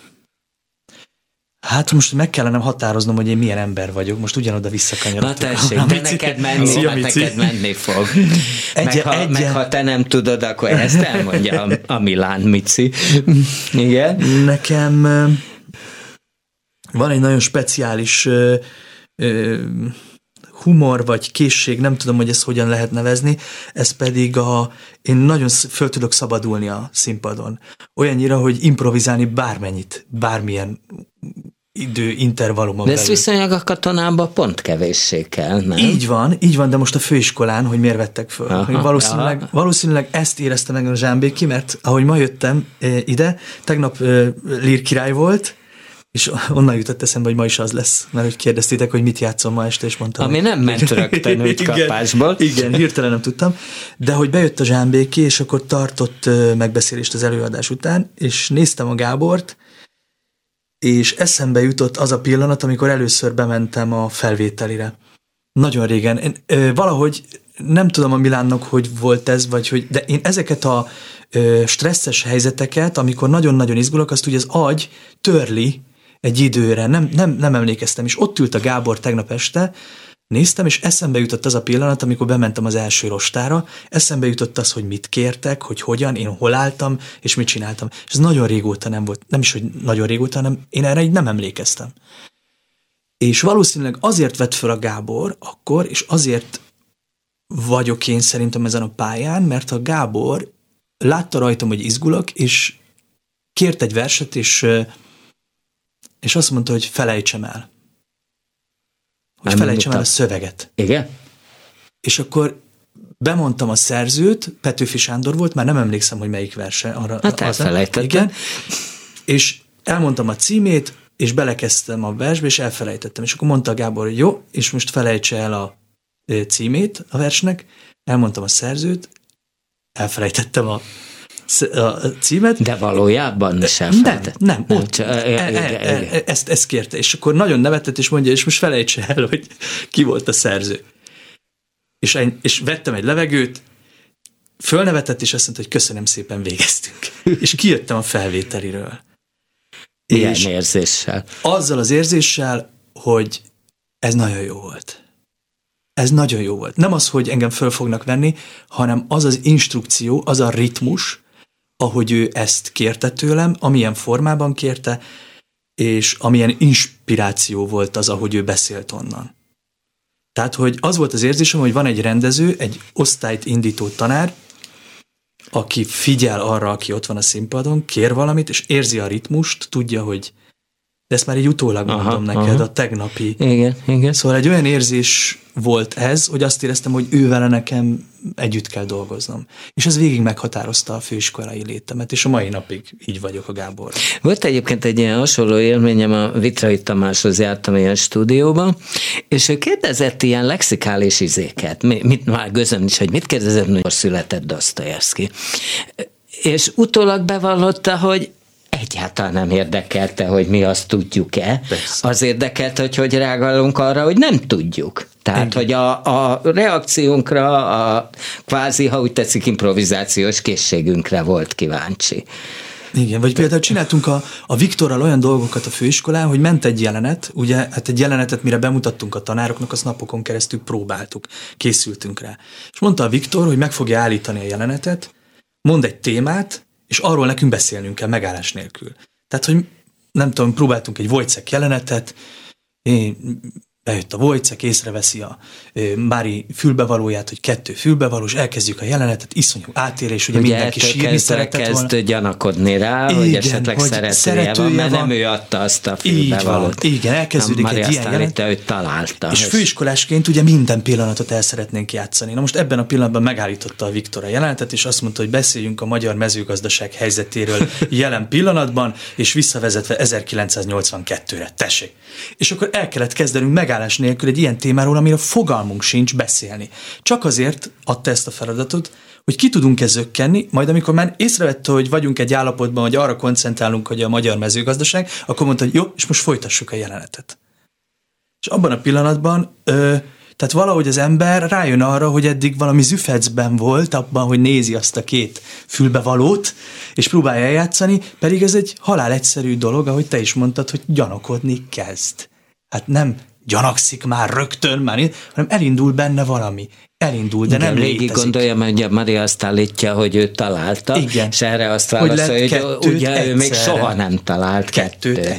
Hát most meg kellene határoznom, hogy én milyen ember vagyok. Most ugyanoda visszakanyarodtam. Na tessék, de neked menni fog. Meg ha te nem tudod, akkor ezt elmondja a Milán Mici. Igen? Nekem van egy nagyon speciális humor vagy készség, nem tudom, hogy ezt hogyan lehet nevezni, ez pedig én nagyon föl tudok szabadulni a színpadon. Olyannyira, hogy improvizálni bármennyit, bármilyen időintervallumon belül. De ezt viszonylag a katonában pont kevéssé kell, nem? Így van, de most a főiskolán, hogy miért vettek föl. Valószínűleg ezt érezte meg a Zsámbéki, mert ahogy ma jöttem ide, tegnap Lír király volt, és onnan jutott eszembe, hogy ma is az lesz, mert hogy kérdeztétek, hogy mit játszom ma este, és mondtam. Ami nem ment rögtön úgy kapásból. Igen, hirtelen nem tudtam. De hogy bejött a Zsámbéki, és akkor tartott megbeszélést az előadás után, és néztem a Gábort, és eszembe jutott az a pillanat, amikor először bementem a felvételire. Nagyon régen. Valahogy nem tudom a Milánnak, hogy volt ez, de én ezeket a stresszes helyzeteket, amikor nagyon-nagyon izgulok, azt ugye az agy törli egy időre, nem emlékeztem, és ott ült a Gábor tegnap este, néztem, és eszembe jutott az a pillanat, amikor bementem az első rostára, eszembe jutott az, hogy mit kértek, hogy hogyan, én hol álltam, és mit csináltam. És ez nagyon régóta nem volt, nem is, hogy nagyon régóta, hanem én erre így nem emlékeztem. És valószínűleg azért vett föl a Gábor akkor, és azért vagyok én szerintem ezen a pályán, mert a Gábor látta rajtam, hogy izgulok, és kért egy verset, és azt mondta, hogy felejtsem el. Hogy felejtsem el a szöveget. Igen? És akkor bemondtam a szerzőt, Petőfi Sándor volt, már nem emlékszem, hogy melyik verse. Hát elfelejtettem. Igen. És elmondtam a címét, és belekezdtem a versbe, és elfelejtettem. És akkor mondta a Gábor, hogy jó, és most felejtse el a címét a versnek, elmondtam a szerzőt, elfelejtettem a címet. De valójában sem felejtettem. Nem. Ezt kérte, és akkor nagyon nevetett, és mondja, és most felejtse el, hogy ki volt a szerző. És vettem egy levegőt, fölnevetett, és azt mondta, hogy köszönöm szépen, végeztünk. És kijöttem a felvételiről. Ilyen érzéssel. Azzal az érzéssel, hogy ez nagyon jó volt. Ez nagyon jó volt. Nem az, hogy engem föl fognak venni, hanem az az instrukció, az a ritmus, ahogy ő ezt kérte tőlem, amilyen formában kérte, és amilyen inspiráció volt az, ahogy ő beszélt onnan. Tehát, hogy az volt az érzésem, hogy van egy rendező, egy osztályt indító tanár, aki figyel arra, aki ott van a színpadon, kér valamit, és érzi a ritmust, tudja, hogy de ezt már így utólag mondom neked, a tegnapi. Igen. Szóval egy olyan érzés volt ez, hogy azt éreztem, hogy ővele nekem együtt kell dolgoznom. És ez végig meghatározta a főiskolai létemet, és a mai napig így vagyok a Gábor. Volt egyébként egy ilyen hasonló élményem, a Vitrai Tamáshoz jártam ilyen stúdióban, és ő kérdezett ilyen lexikális izéket, már gözöm is, hogy mit kérdezett, hogy született Dostoyevsky. És utólag bevallotta, hogy egyáltalán nem érdekelte, hogy mi azt tudjuk-e. Persze. Az érdekelte, hogy reagálunk arra, hogy nem tudjuk. Tehát, hogy a reakciónkra, a kvázi, ha úgy tetszik, improvizációs készségünkre volt kíváncsi. Igen, vagy például csináltunk a Viktorral olyan dolgokat a főiskolán, hogy ment egy jelenet, ugye, hát egy jelenetet, mire bemutattunk a tanároknak, azt napokon keresztül próbáltuk, készültünk rá. És mondta a Viktor, hogy meg fogja állítani a jelenetet, mond egy témát, és arról nekünk beszélnünk kell megállás nélkül. Tehát, hogy nem tudom, próbáltunk egy Wojciech jelenetet, bejött a Wojciech, észreveszi a Mári fülbevalóját, hogy 2 fülbevalós, elkezdjük a jelenetet, iszonyú átérés, ugye mindenki sírni szeretett volna. Kezd gyanakodni rá, igen, hogy esetleg szeretője van, mert nem ő adta azt a fülbevalót. Igen, elkezdődik egy ilyen jelenet. Hogy találta. És főiskolásként ugye minden pillanatot el szeretnénk játszani. Na most ebben a pillanatban megállította a Viktor a jelenetet, és azt mondta, hogy beszéljünk a magyar mezőgazdaság helyzetéről jelen pillanatban, és visszavezetve 1982-re. Tessék! És akkor el kellett kezdenünk megállás nélkül egy ilyen témáról, amiről fogalmunk sincs beszélni. Csak azért adta ezt a feladatot, hogy ki tudunk-e zökkenni, majd amikor már észrevette, hogy vagyunk egy állapotban, hogy arra koncentrálunk, hogy a magyar mezőgazdaság, akkor mondta, hogy jó, és most folytassuk a jelenetet. És abban a pillanatban, tehát valahogy az ember rájön arra, hogy eddig valami züfecben volt, abban, hogy nézi azt a 2 fülbevalót, és próbálja eljátszani, pedig ez egy halál egyszerű dolog, ahogy te is mondtad, hogy gyanakodni kezd. Hát nem gyanakszik már rögtön, hanem elindul benne valami. Elindul, de igen, nem létezik. Gondolja, mert ugye Maria azt állítja, hogy ő találta, igen. És erre azt válaszolja, hogy ugye ő még soha nem talált kettőt.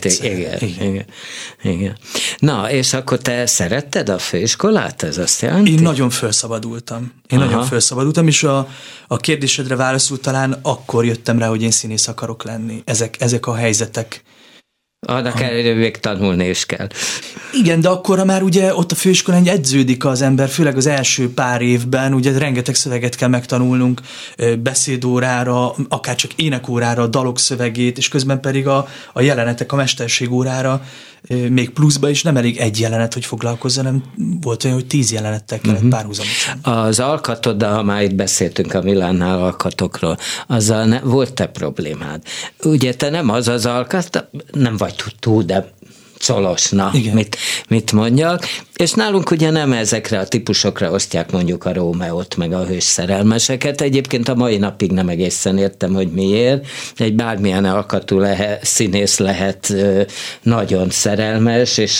Igen. Na, és akkor te szeretted a főiskolát? Ez azt jelenti? Én nagyon felszabadultam. És a kérdésedre válaszul talán akkor jöttem rá, hogy én színész akarok lenni. Ezek a helyzetek. Annak még tanulni is kell. Igen, de akkorra már ugye ott a főiskolán edződik az ember, főleg az első pár évben, ugye rengeteg szöveget kell megtanulnunk, beszédórára, akár csak énekórára, a dalok szövegét, és közben pedig a jelenetek, a mesterségórára, még pluszba is nem elég egy jelenet, hogy foglalkozzon, hanem volt olyan, hogy 10 jelenettel kellett párhuzamosan. Az alkatoddal, ha már itt beszéltünk a Milánnál alkatokról, azzal volt-e problémád? Ugye te nem az alkat, nem vagy túl, de Colosna, mit mondjak, és nálunk ugye nem ezekre a típusokra osztják mondjuk a Rómeót, meg a hős szerelmeseket. Egyébként a mai napig nem egészen értem, hogy miért. Egy bármilyen alkatú színész lehet nagyon szerelmes, és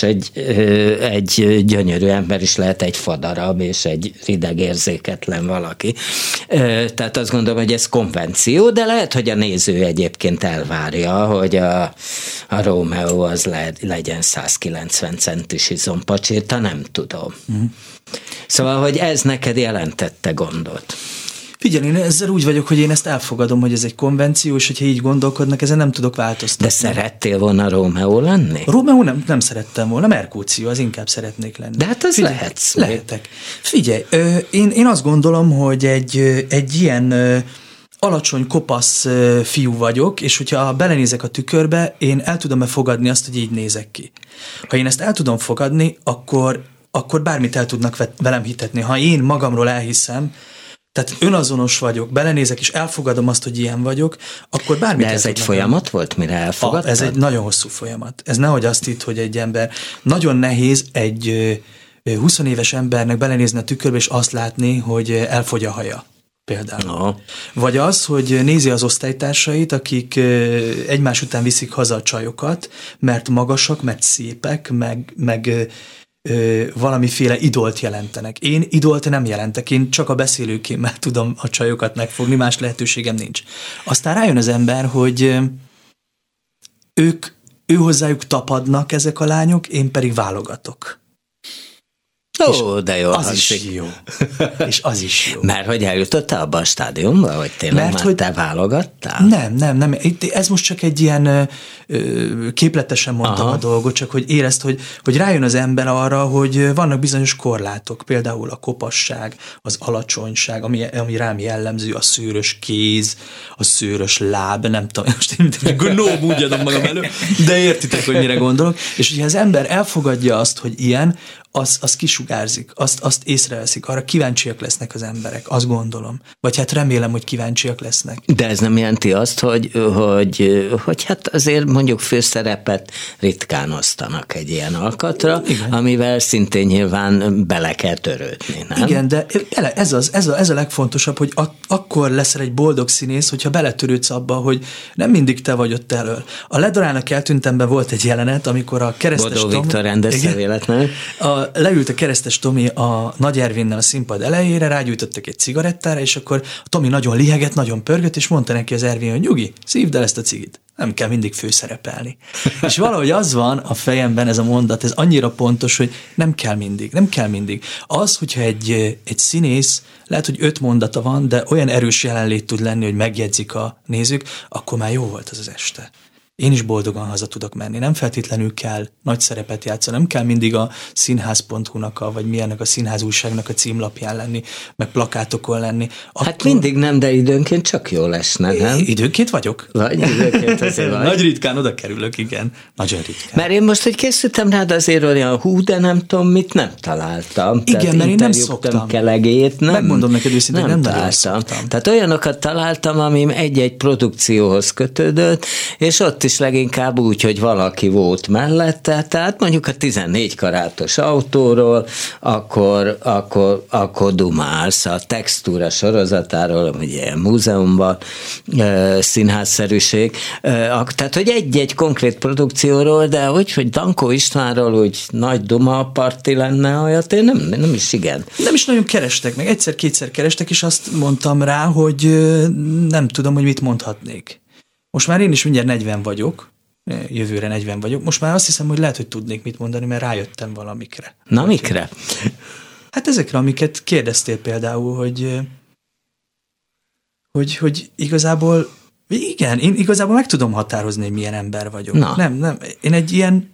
egy gyönyörű ember is lehet egy fadarab, és egy rideg érzéketlen valaki. Tehát azt gondolom, hogy ez konvenció, de lehet, hogy a néző egyébként elvárja, hogy a Rómeó az legyen 190 centis izompacsirta, nem tudom. Szóval, hogy ez neked jelentette gondot? Figyelj, én ezzel úgy vagyok, hogy én ezt elfogadom, hogy ez egy konvenció, és hogyha így gondolkodnak, ezen nem tudok változtatni. De szerettél volna Rómeó lenni? Rómeó nem szerettem volna, Merkúció, az inkább szeretnék lenni. De hát az lehetsz. Lehetek. Figyelj, én azt gondolom, hogy egy ilyen alacsony, kopasz fiú vagyok, és hogyha belenézek a tükörbe, én el tudom-e fogadni azt, hogy így nézek ki. Ha én ezt el tudom fogadni, akkor bármit el tudnak velem hitetni. Ha én magamról elhiszem, tehát önazonos vagyok, belenézek, és elfogadom azt, hogy ilyen vagyok, akkor bármit el. De ez egy folyamat volt, mire elfogadtad? Ez egy nagyon hosszú folyamat. Ez nehogy azt hitt, hogy egy ember, nagyon nehéz egy 20 éves embernek belenézni a tükörbe, és azt látni, hogy elfogy a haja. Például. No. Vagy az, hogy nézi az osztálytársait, akik egymás után viszik haza a csajokat, mert magasak, mert szépek, meg valamiféle idolt jelentenek. Én idolt nem jelentek, én csak a beszélőkémmel tudom a csajokat megfogni, más lehetőségem nincs. Aztán rájön az ember, hogy ő hozzájuk tapadnak ezek a lányok, én pedig válogatok. Ó, de jó. Az is jó. És az is jó. Mert hogy eljutottál abban a stádiumban, hogy tényleg már te válogattál? Nem. Ez most csak egy ilyen képletesen mondtam a dolgot, csak hogy érezd, hogy rájön az ember arra, hogy vannak bizonyos korlátok, például a kopasság, az alacsonyság, ami rám jellemző, a szőrös kéz, a szőrös láb, nem tudom, most én gnóm úgy adom magam elő, de értitek, hogy mire gondolok. És hogyha az ember elfogadja azt, hogy ilyen, az kisugárzik, azt észreveszik, arra kíváncsiak lesznek az emberek, azt gondolom. Vagy hát remélem, hogy kíváncsiak lesznek. De ez nem jelenti azt, hogy hát azért mondjuk főszerepet ritkán osztanak egy ilyen alkatra, igen, amivel szintén nyilván bele kell törődni, nem? Igen, de ez a legfontosabb, hogy akkor leszel egy boldog színész, hogyha beletörődsz abba, hogy nem mindig te vagy ott elől. A Ledorának eltűntemben volt egy jelenet, amikor a keresztes Bodó Viktor rendezte véletlenül. Leült a keresztes Tomi a Nagy Ervinnel a színpad elejére, rágyújtottak egy cigarettára, és akkor a Tomi nagyon lihegett, nagyon pörgött, és mondta neki az Ervin, hogy nyugi, szívd el ezt a cigit. Nem kell mindig főszerepelni. És valahogy az van a fejemben ez a mondat, ez annyira pontos, hogy nem kell mindig. Az, hogyha egy színész, lehet, hogy 5 mondata van, de olyan erős jelenlét tud lenni, hogy megjegyzik a nézők, akkor már jó volt az este. Én is boldogan haza tudok menni. Nem feltétlenül kell nagy szerepet játszani, nem kell mindig a színház.hu-nak, vagy milyennek a színház újságnak a címlapján lenni, meg plakátokon lenni. Hát mindig nem, de időnként csak jól esne, nem? Időnként vagyok. Vagy időnként azért vagy. Nagy ritkán oda kerülök, igen. Nagyon ritkán. Mert én most, hogy készültem rád, azért olyan de nem tudom, mit nem találtam. Igen, tehát mert én nem szoktam. Kelegét, nem. Megmondom neked őszintén, nem nagyon szoktam. Tehát olyanokat találtam, ami egy-egy produkcióhoz kötődött, és ott is leginkább úgy, hogy valaki volt mellette, tehát mondjuk a 14 karátos autóról, akkor dumálsz a Textúra sorozatáról, ugye ilyen múzeumban, színházszerűség, tehát hogy egy-egy konkrét produkcióról, de hogy Dankó Istvánról úgy nagy duma parti lenne, olyat én nem is igen. Nem is nagyon kerestek, meg egyszer-kétszer kerestek, és azt mondtam rá, hogy nem tudom, hogy mit mondhatnék. Most már én is mindjárt 40 vagyok, jövőre 40 vagyok. Most már azt hiszem, hogy lehet, hogy tudnék mit mondani, mert rájöttem valamikre. Na, mikre? Hát ezekre, amiket kérdeztél például, hogy igazából, igen, én igazából meg tudom határozni, hogy milyen ember vagyok. Na. Nem, én egy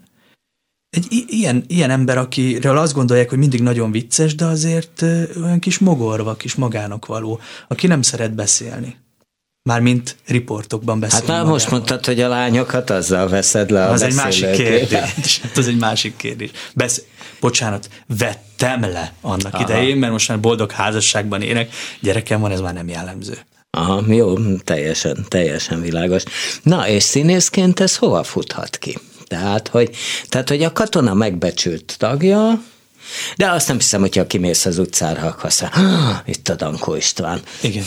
ilyen ember, akiről azt gondolják, hogy mindig nagyon vicces, de azért olyan kis mogorva, kis magának való, aki nem szeret beszélni. Mármint riportokban beszélni. Hát már most mondtad, hogy a lányokat azzal veszed le a az egy másik kérdés. Az egy másik kérdés. Bocsánat, vettem le annak idején, mert most már boldog házasságban élek, gyerekem van, ez már nem jellemző. Aha, jó, teljesen világos. Na, és színészként ez hova futhat ki? Tehát, hogy a katona megbecsült tagja, de azt nem hiszem, hogyha kimész az utcára, akkor azt mondja, itt a Dankó István. Igen.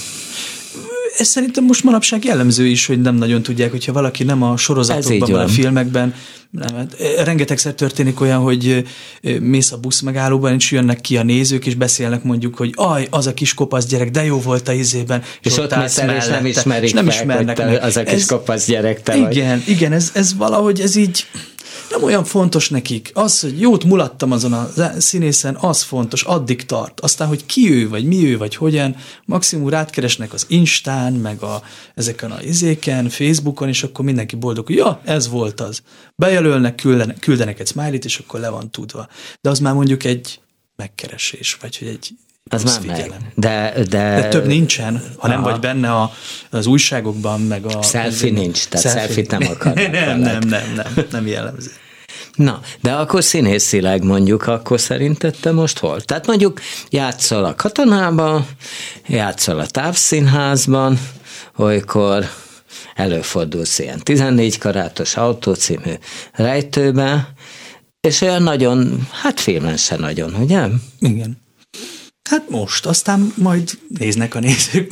Ez szerintem most manapság jellemző is, hogy nem nagyon tudják, hogyha valaki nem a sorozatokban, vagy a filmekben. Nem, rengetegszer történik olyan, hogy mész a buszmegállóban, és jönnek ki a nézők, és beszélnek mondjuk, hogy az a kis kopasz gyerek, de jó volt a izében. És ott mész el, és nem ismerik nem ismernek meg. Az a kis kopasz gyerek te igen, vagy. Igen, ez valahogy, ez így nem olyan fontos nekik. Az, hogy jót mulattam azon a színészen, az fontos, addig tart. Aztán, hogy ki ő, vagy mi ő, vagy hogyan, maximum rátkeresnek az Instán, meg ezeken a izéken, Facebookon, és akkor mindenki boldog, hogy ja, ez volt az. Bejelölnek, küldenek egy smiley-t, és akkor le van tudva. De az már mondjuk egy megkeresés, vagy hogy egy az már figyelem. De több nincsen, ha nem vagy benne az újságokban, meg a... Selfie nincs, tehát selfie-t nem akarnak. Nem jellemző. Na, de akkor színészileg mondjuk, akkor szerinted te most hol? Tehát mondjuk játszol a Katonában, játszol a Távszínházban, olykor előfordulsz ilyen 14 karátos Autó című rejtőbe, és olyan nagyon, hát filmen se nagyon, ugye? Igen. Hát most, aztán majd néznek a nézők.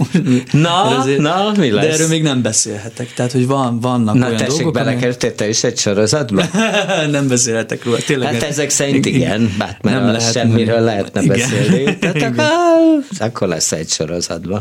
Na, mi lesz? De erről még nem beszélhetek, tehát, hogy vannak olyan dolgok. Na, belekerültél te is egy sorozatba? Nem beszélhetek róla, tényleg. Hát ezek szerint igen, mert nem lehet, semmiről lehetne beszélni. Tehát akkor lesz egy sorozatban.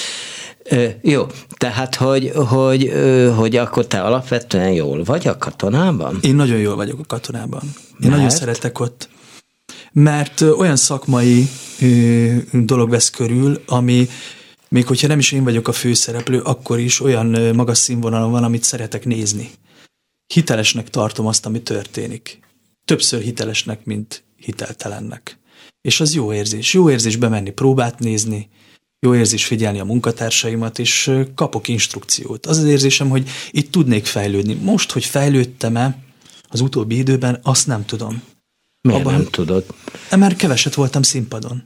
Jó, tehát, hogy akkor te alapvetően jól vagy a Katonában? Én nagyon jól vagyok a Katonában. Én nagyon szeretek ott. Mert olyan szakmai dolog vesz körül, ami még hogyha nem is én vagyok a főszereplő, akkor is olyan magas színvonalon van, amit szeretek nézni. Hitelesnek tartom azt, ami történik. Többször hitelesnek, mint hiteltelennek. És az jó érzés. Jó érzés bemenni, próbát nézni, jó érzés figyelni a munkatársaimat, és kapok instrukciót. Az az érzésem, hogy itt tudnék fejlődni. Most, hogy fejlődtem-e az utóbbi időben, azt nem tudom. Miért nem tudod? Mert keveset voltam színpadon.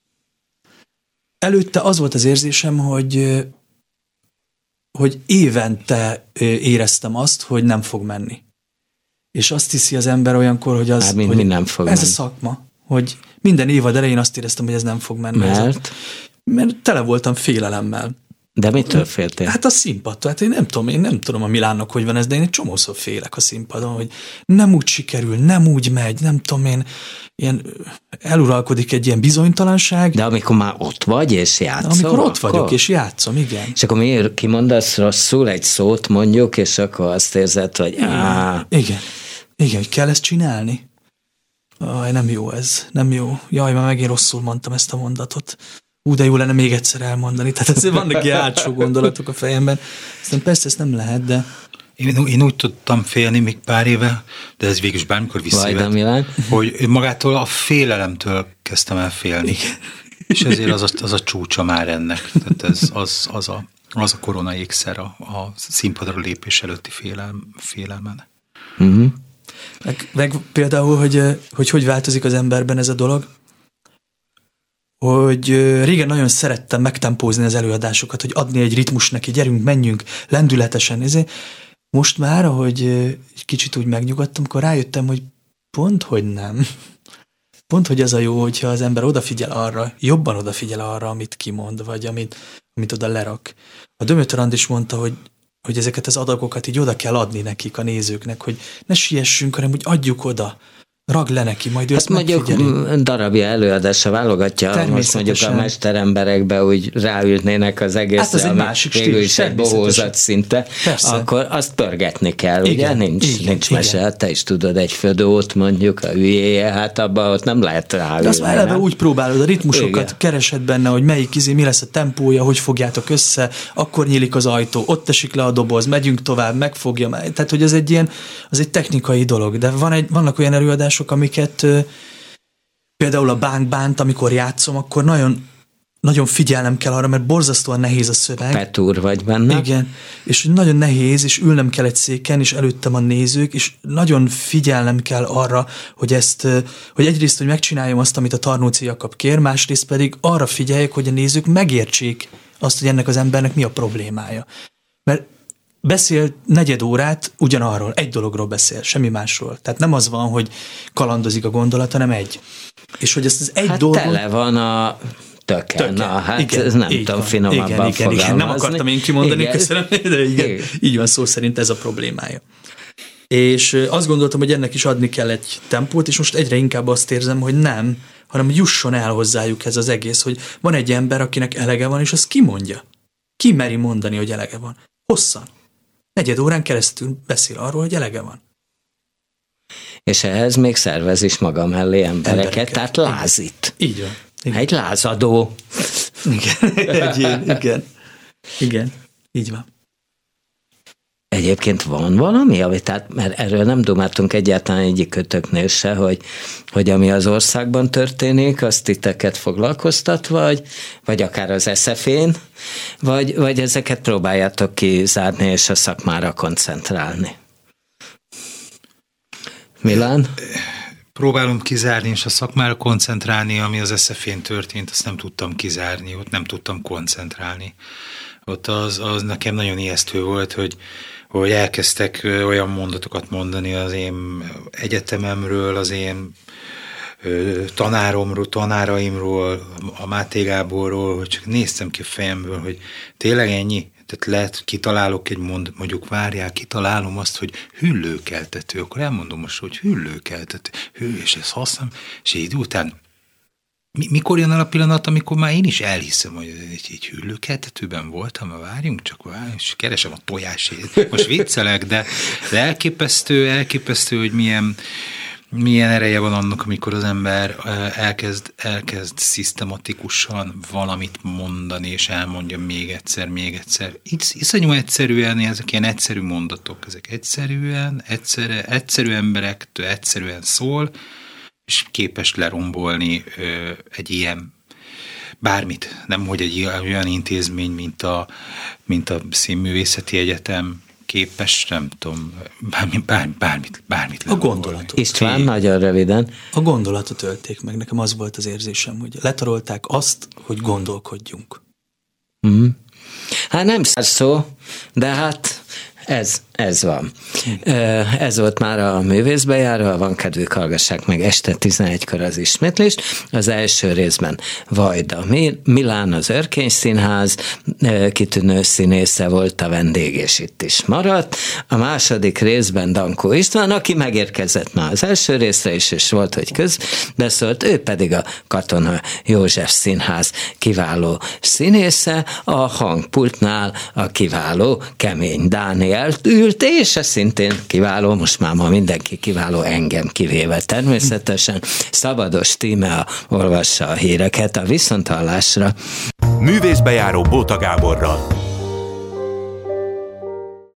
Előtte az volt az érzésem, hogy évente éreztem azt, hogy nem fog menni. És azt hiszi az ember olyankor, hogy az... Hogy hogy nem fog ez menni. a szakma, hogy minden évad elején azt éreztem, hogy ez nem fog menni. Mert tele voltam félelemmel. De mitől féltél? Hát a színpadtól. Hát én nem tudom a Milánnak, hogy van ez, de én egy csomószor félek a színpadon, hogy nem úgy sikerül, nem úgy megy, nem tudom én, ilyen eluralkodik egy ilyen bizonytalanság. De amikor már ott vagy és játszol, amikor ott vagyok és játszom, igen. És akkor miért kimondasz rosszul egy szót mondjuk, és akkor azt érzed, hogy Igen, hogy kell ezt csinálni. Nem jó ez, nem jó. Jaj, már megint rosszul mondtam ezt a mondatot. De jó lenne még egyszer elmondani. Tehát ezért vannak ilyen átsó gondolatok a fejemben. Aztán persze ezt nem lehet, de... Én úgy tudtam félni még pár éve, de ez végül is bármikor visszajött, hogy magától a félelemtől kezdtem el félni. Igen. És ezért az a csúcsa már ennek. Tehát az a korona ékszer a színpadra lépés előtti félelmen. Uh-huh. Meg például, hogy változik az emberben ez a dolog, hogy régen nagyon szerettem megtempózni az előadásokat, hogy adni egy ritmus neki, gyerünk, menjünk, lendületesen. Most már, ahogy egy kicsit úgy megnyugodtam, akkor rájöttem, hogy pont, hogy nem. Pont, hogy ez a jó, hogyha az ember odafigyel arra, jobban odafigyel arra, amit kimond, vagy amit oda lerak. A Dömötör Andi is mondta, hogy ezeket az adagokat így oda kell adni nekik, a nézőknek, hogy ne siessünk, hanem hogy adjuk oda. Ragd le neki, majd ő ezt megfigyeli. Mondjuk darabja előadása válogatja, most mondjuk a mesteremberekbe úgy ráülnének az egészre, hát az egy másik végül is egy bohózat szinte, persze. Akkor azt pörgetni kell, igen, ugye? Nincs mese, hát te is tudod, egy födót mondjuk, a hülyéje, hát abban ott nem lehet ráülni. De azt már eleve úgy próbálod, a ritmusokat keresed benne, hogy melyik mi lesz a tempója, hogy fogjátok össze, akkor nyílik az ajtó, ott esik le a doboz, megyünk tovább, megfogja. Tehát, hogy az egy technikai dolog, de vannak olyan előadások, amiket például a bánt, amikor játszom, akkor nagyon, nagyon figyelnem kell arra, mert borzasztóan nehéz a szöveg. Petúr vagy benne. Igen, és nagyon nehéz, és ülnem kell egy széken, és előttem a nézők, és nagyon figyelnem kell arra, hogy hogy egyrészt, hogy megcsináljam azt, amit a Tarnóci Jakab kér, másrészt pedig arra figyeljek, hogy a nézők megértsék azt, hogy ennek az embernek mi a problémája. Mert beszél 4 órát ugyanarról, egy dologról beszél, semmi másról. Tehát nem az van, hogy kalandozik a gondolat, hanem egy. És hogy ezt az egy dolgot... tele van a töke. Na, hát igen, ez nem tudom finomabban fogalmazni. Igen, nem akartam én kimondani, köszönöm, de igen, így van, szó szerint ez a problémája. És azt gondoltam, hogy ennek is adni kell egy tempót, és most egyre inkább azt érzem, hogy nem, hanem jusson el hozzájuk ez az egész, hogy van egy ember, akinek elege van, és az kimondja. Ki meri mondani, hogy elege van? Hosszan. 4 órán keresztül beszél arról, hogy elege van. És ehhez még szervez is maga mellé embereket, tehát lázít. Így van. Igen. Egy lázadó. Igen, így van. Egyébként van valami, mert erről nem dumáltunk egyáltalán egyikőtöknél se, hogy ami az országban történik, azt titeket foglalkoztat, vagy akár az SZF-én, vagy ezeket próbáljátok kizárni és a szakmára koncentrálni. Milán? Próbálom kizárni és a szakmára koncentrálni, ami az SZF-én történt, azt nem tudtam kizárni, ott nem tudtam koncentrálni. Ott az nekem nagyon ijesztő volt, hogy elkezdtek olyan mondatokat mondani az én egyetememről, az én tanáraimról, a Máté Gáborról, hogy csak néztem ki a fejemből, hogy tényleg ennyi? Tehát lehet, kitalálok mondjuk várjál, kitalálom azt, hogy hüllőkeltető, akkor elmondom most, hogy hüllőkeltető, és ezt használom, és így után mikor jön el a pillanat, amikor már én is elhiszem, hogy egy hüllőkeltetőben voltam, várjunk, és keresem a tojásét. Most viccelek, de elképesztő, hogy milyen ereje van annak, amikor az ember elkezd szisztematikusan valamit mondani, és elmondja még egyszer. Iszonyú egyszerűen, ezek ilyen egyszerű mondatok, ezek egyszerű emberektől egyszerűen szól, és képes lerombolni egy ilyen bármit, nem hogy egy olyan intézmény, mint a Színművészeti Egyetem, képes, nem tudom, bármit a gondolatot. István, nagyon röviden. A gondolatot ölték meg. Nekem az volt az érzésem, hogy letarolták azt, hogy gondolkodjunk. Hát nem szó, de hát ez van. Ez volt már a művészbejáró, ha van kedvük, hallgassák meg este 11-kor az ismétlést. Az első részben Vajda Milán, az Örkény Színház kitűnő színésze volt a vendég, és itt is maradt. A második részben Dankó István, aki megérkezett már az első részre is, és volt, hogy közbeszólt, ő pedig a Katona József Színház kiváló színésze, a hangpultnál a kiváló Kemény Dániel ült, és szintén kiváló, most már ma mindenki kiváló, engem kivéve természetesen. Szabados Tíme olvassa a híreket, a viszonthallásra. Művészbejáró Bóta Gáborral.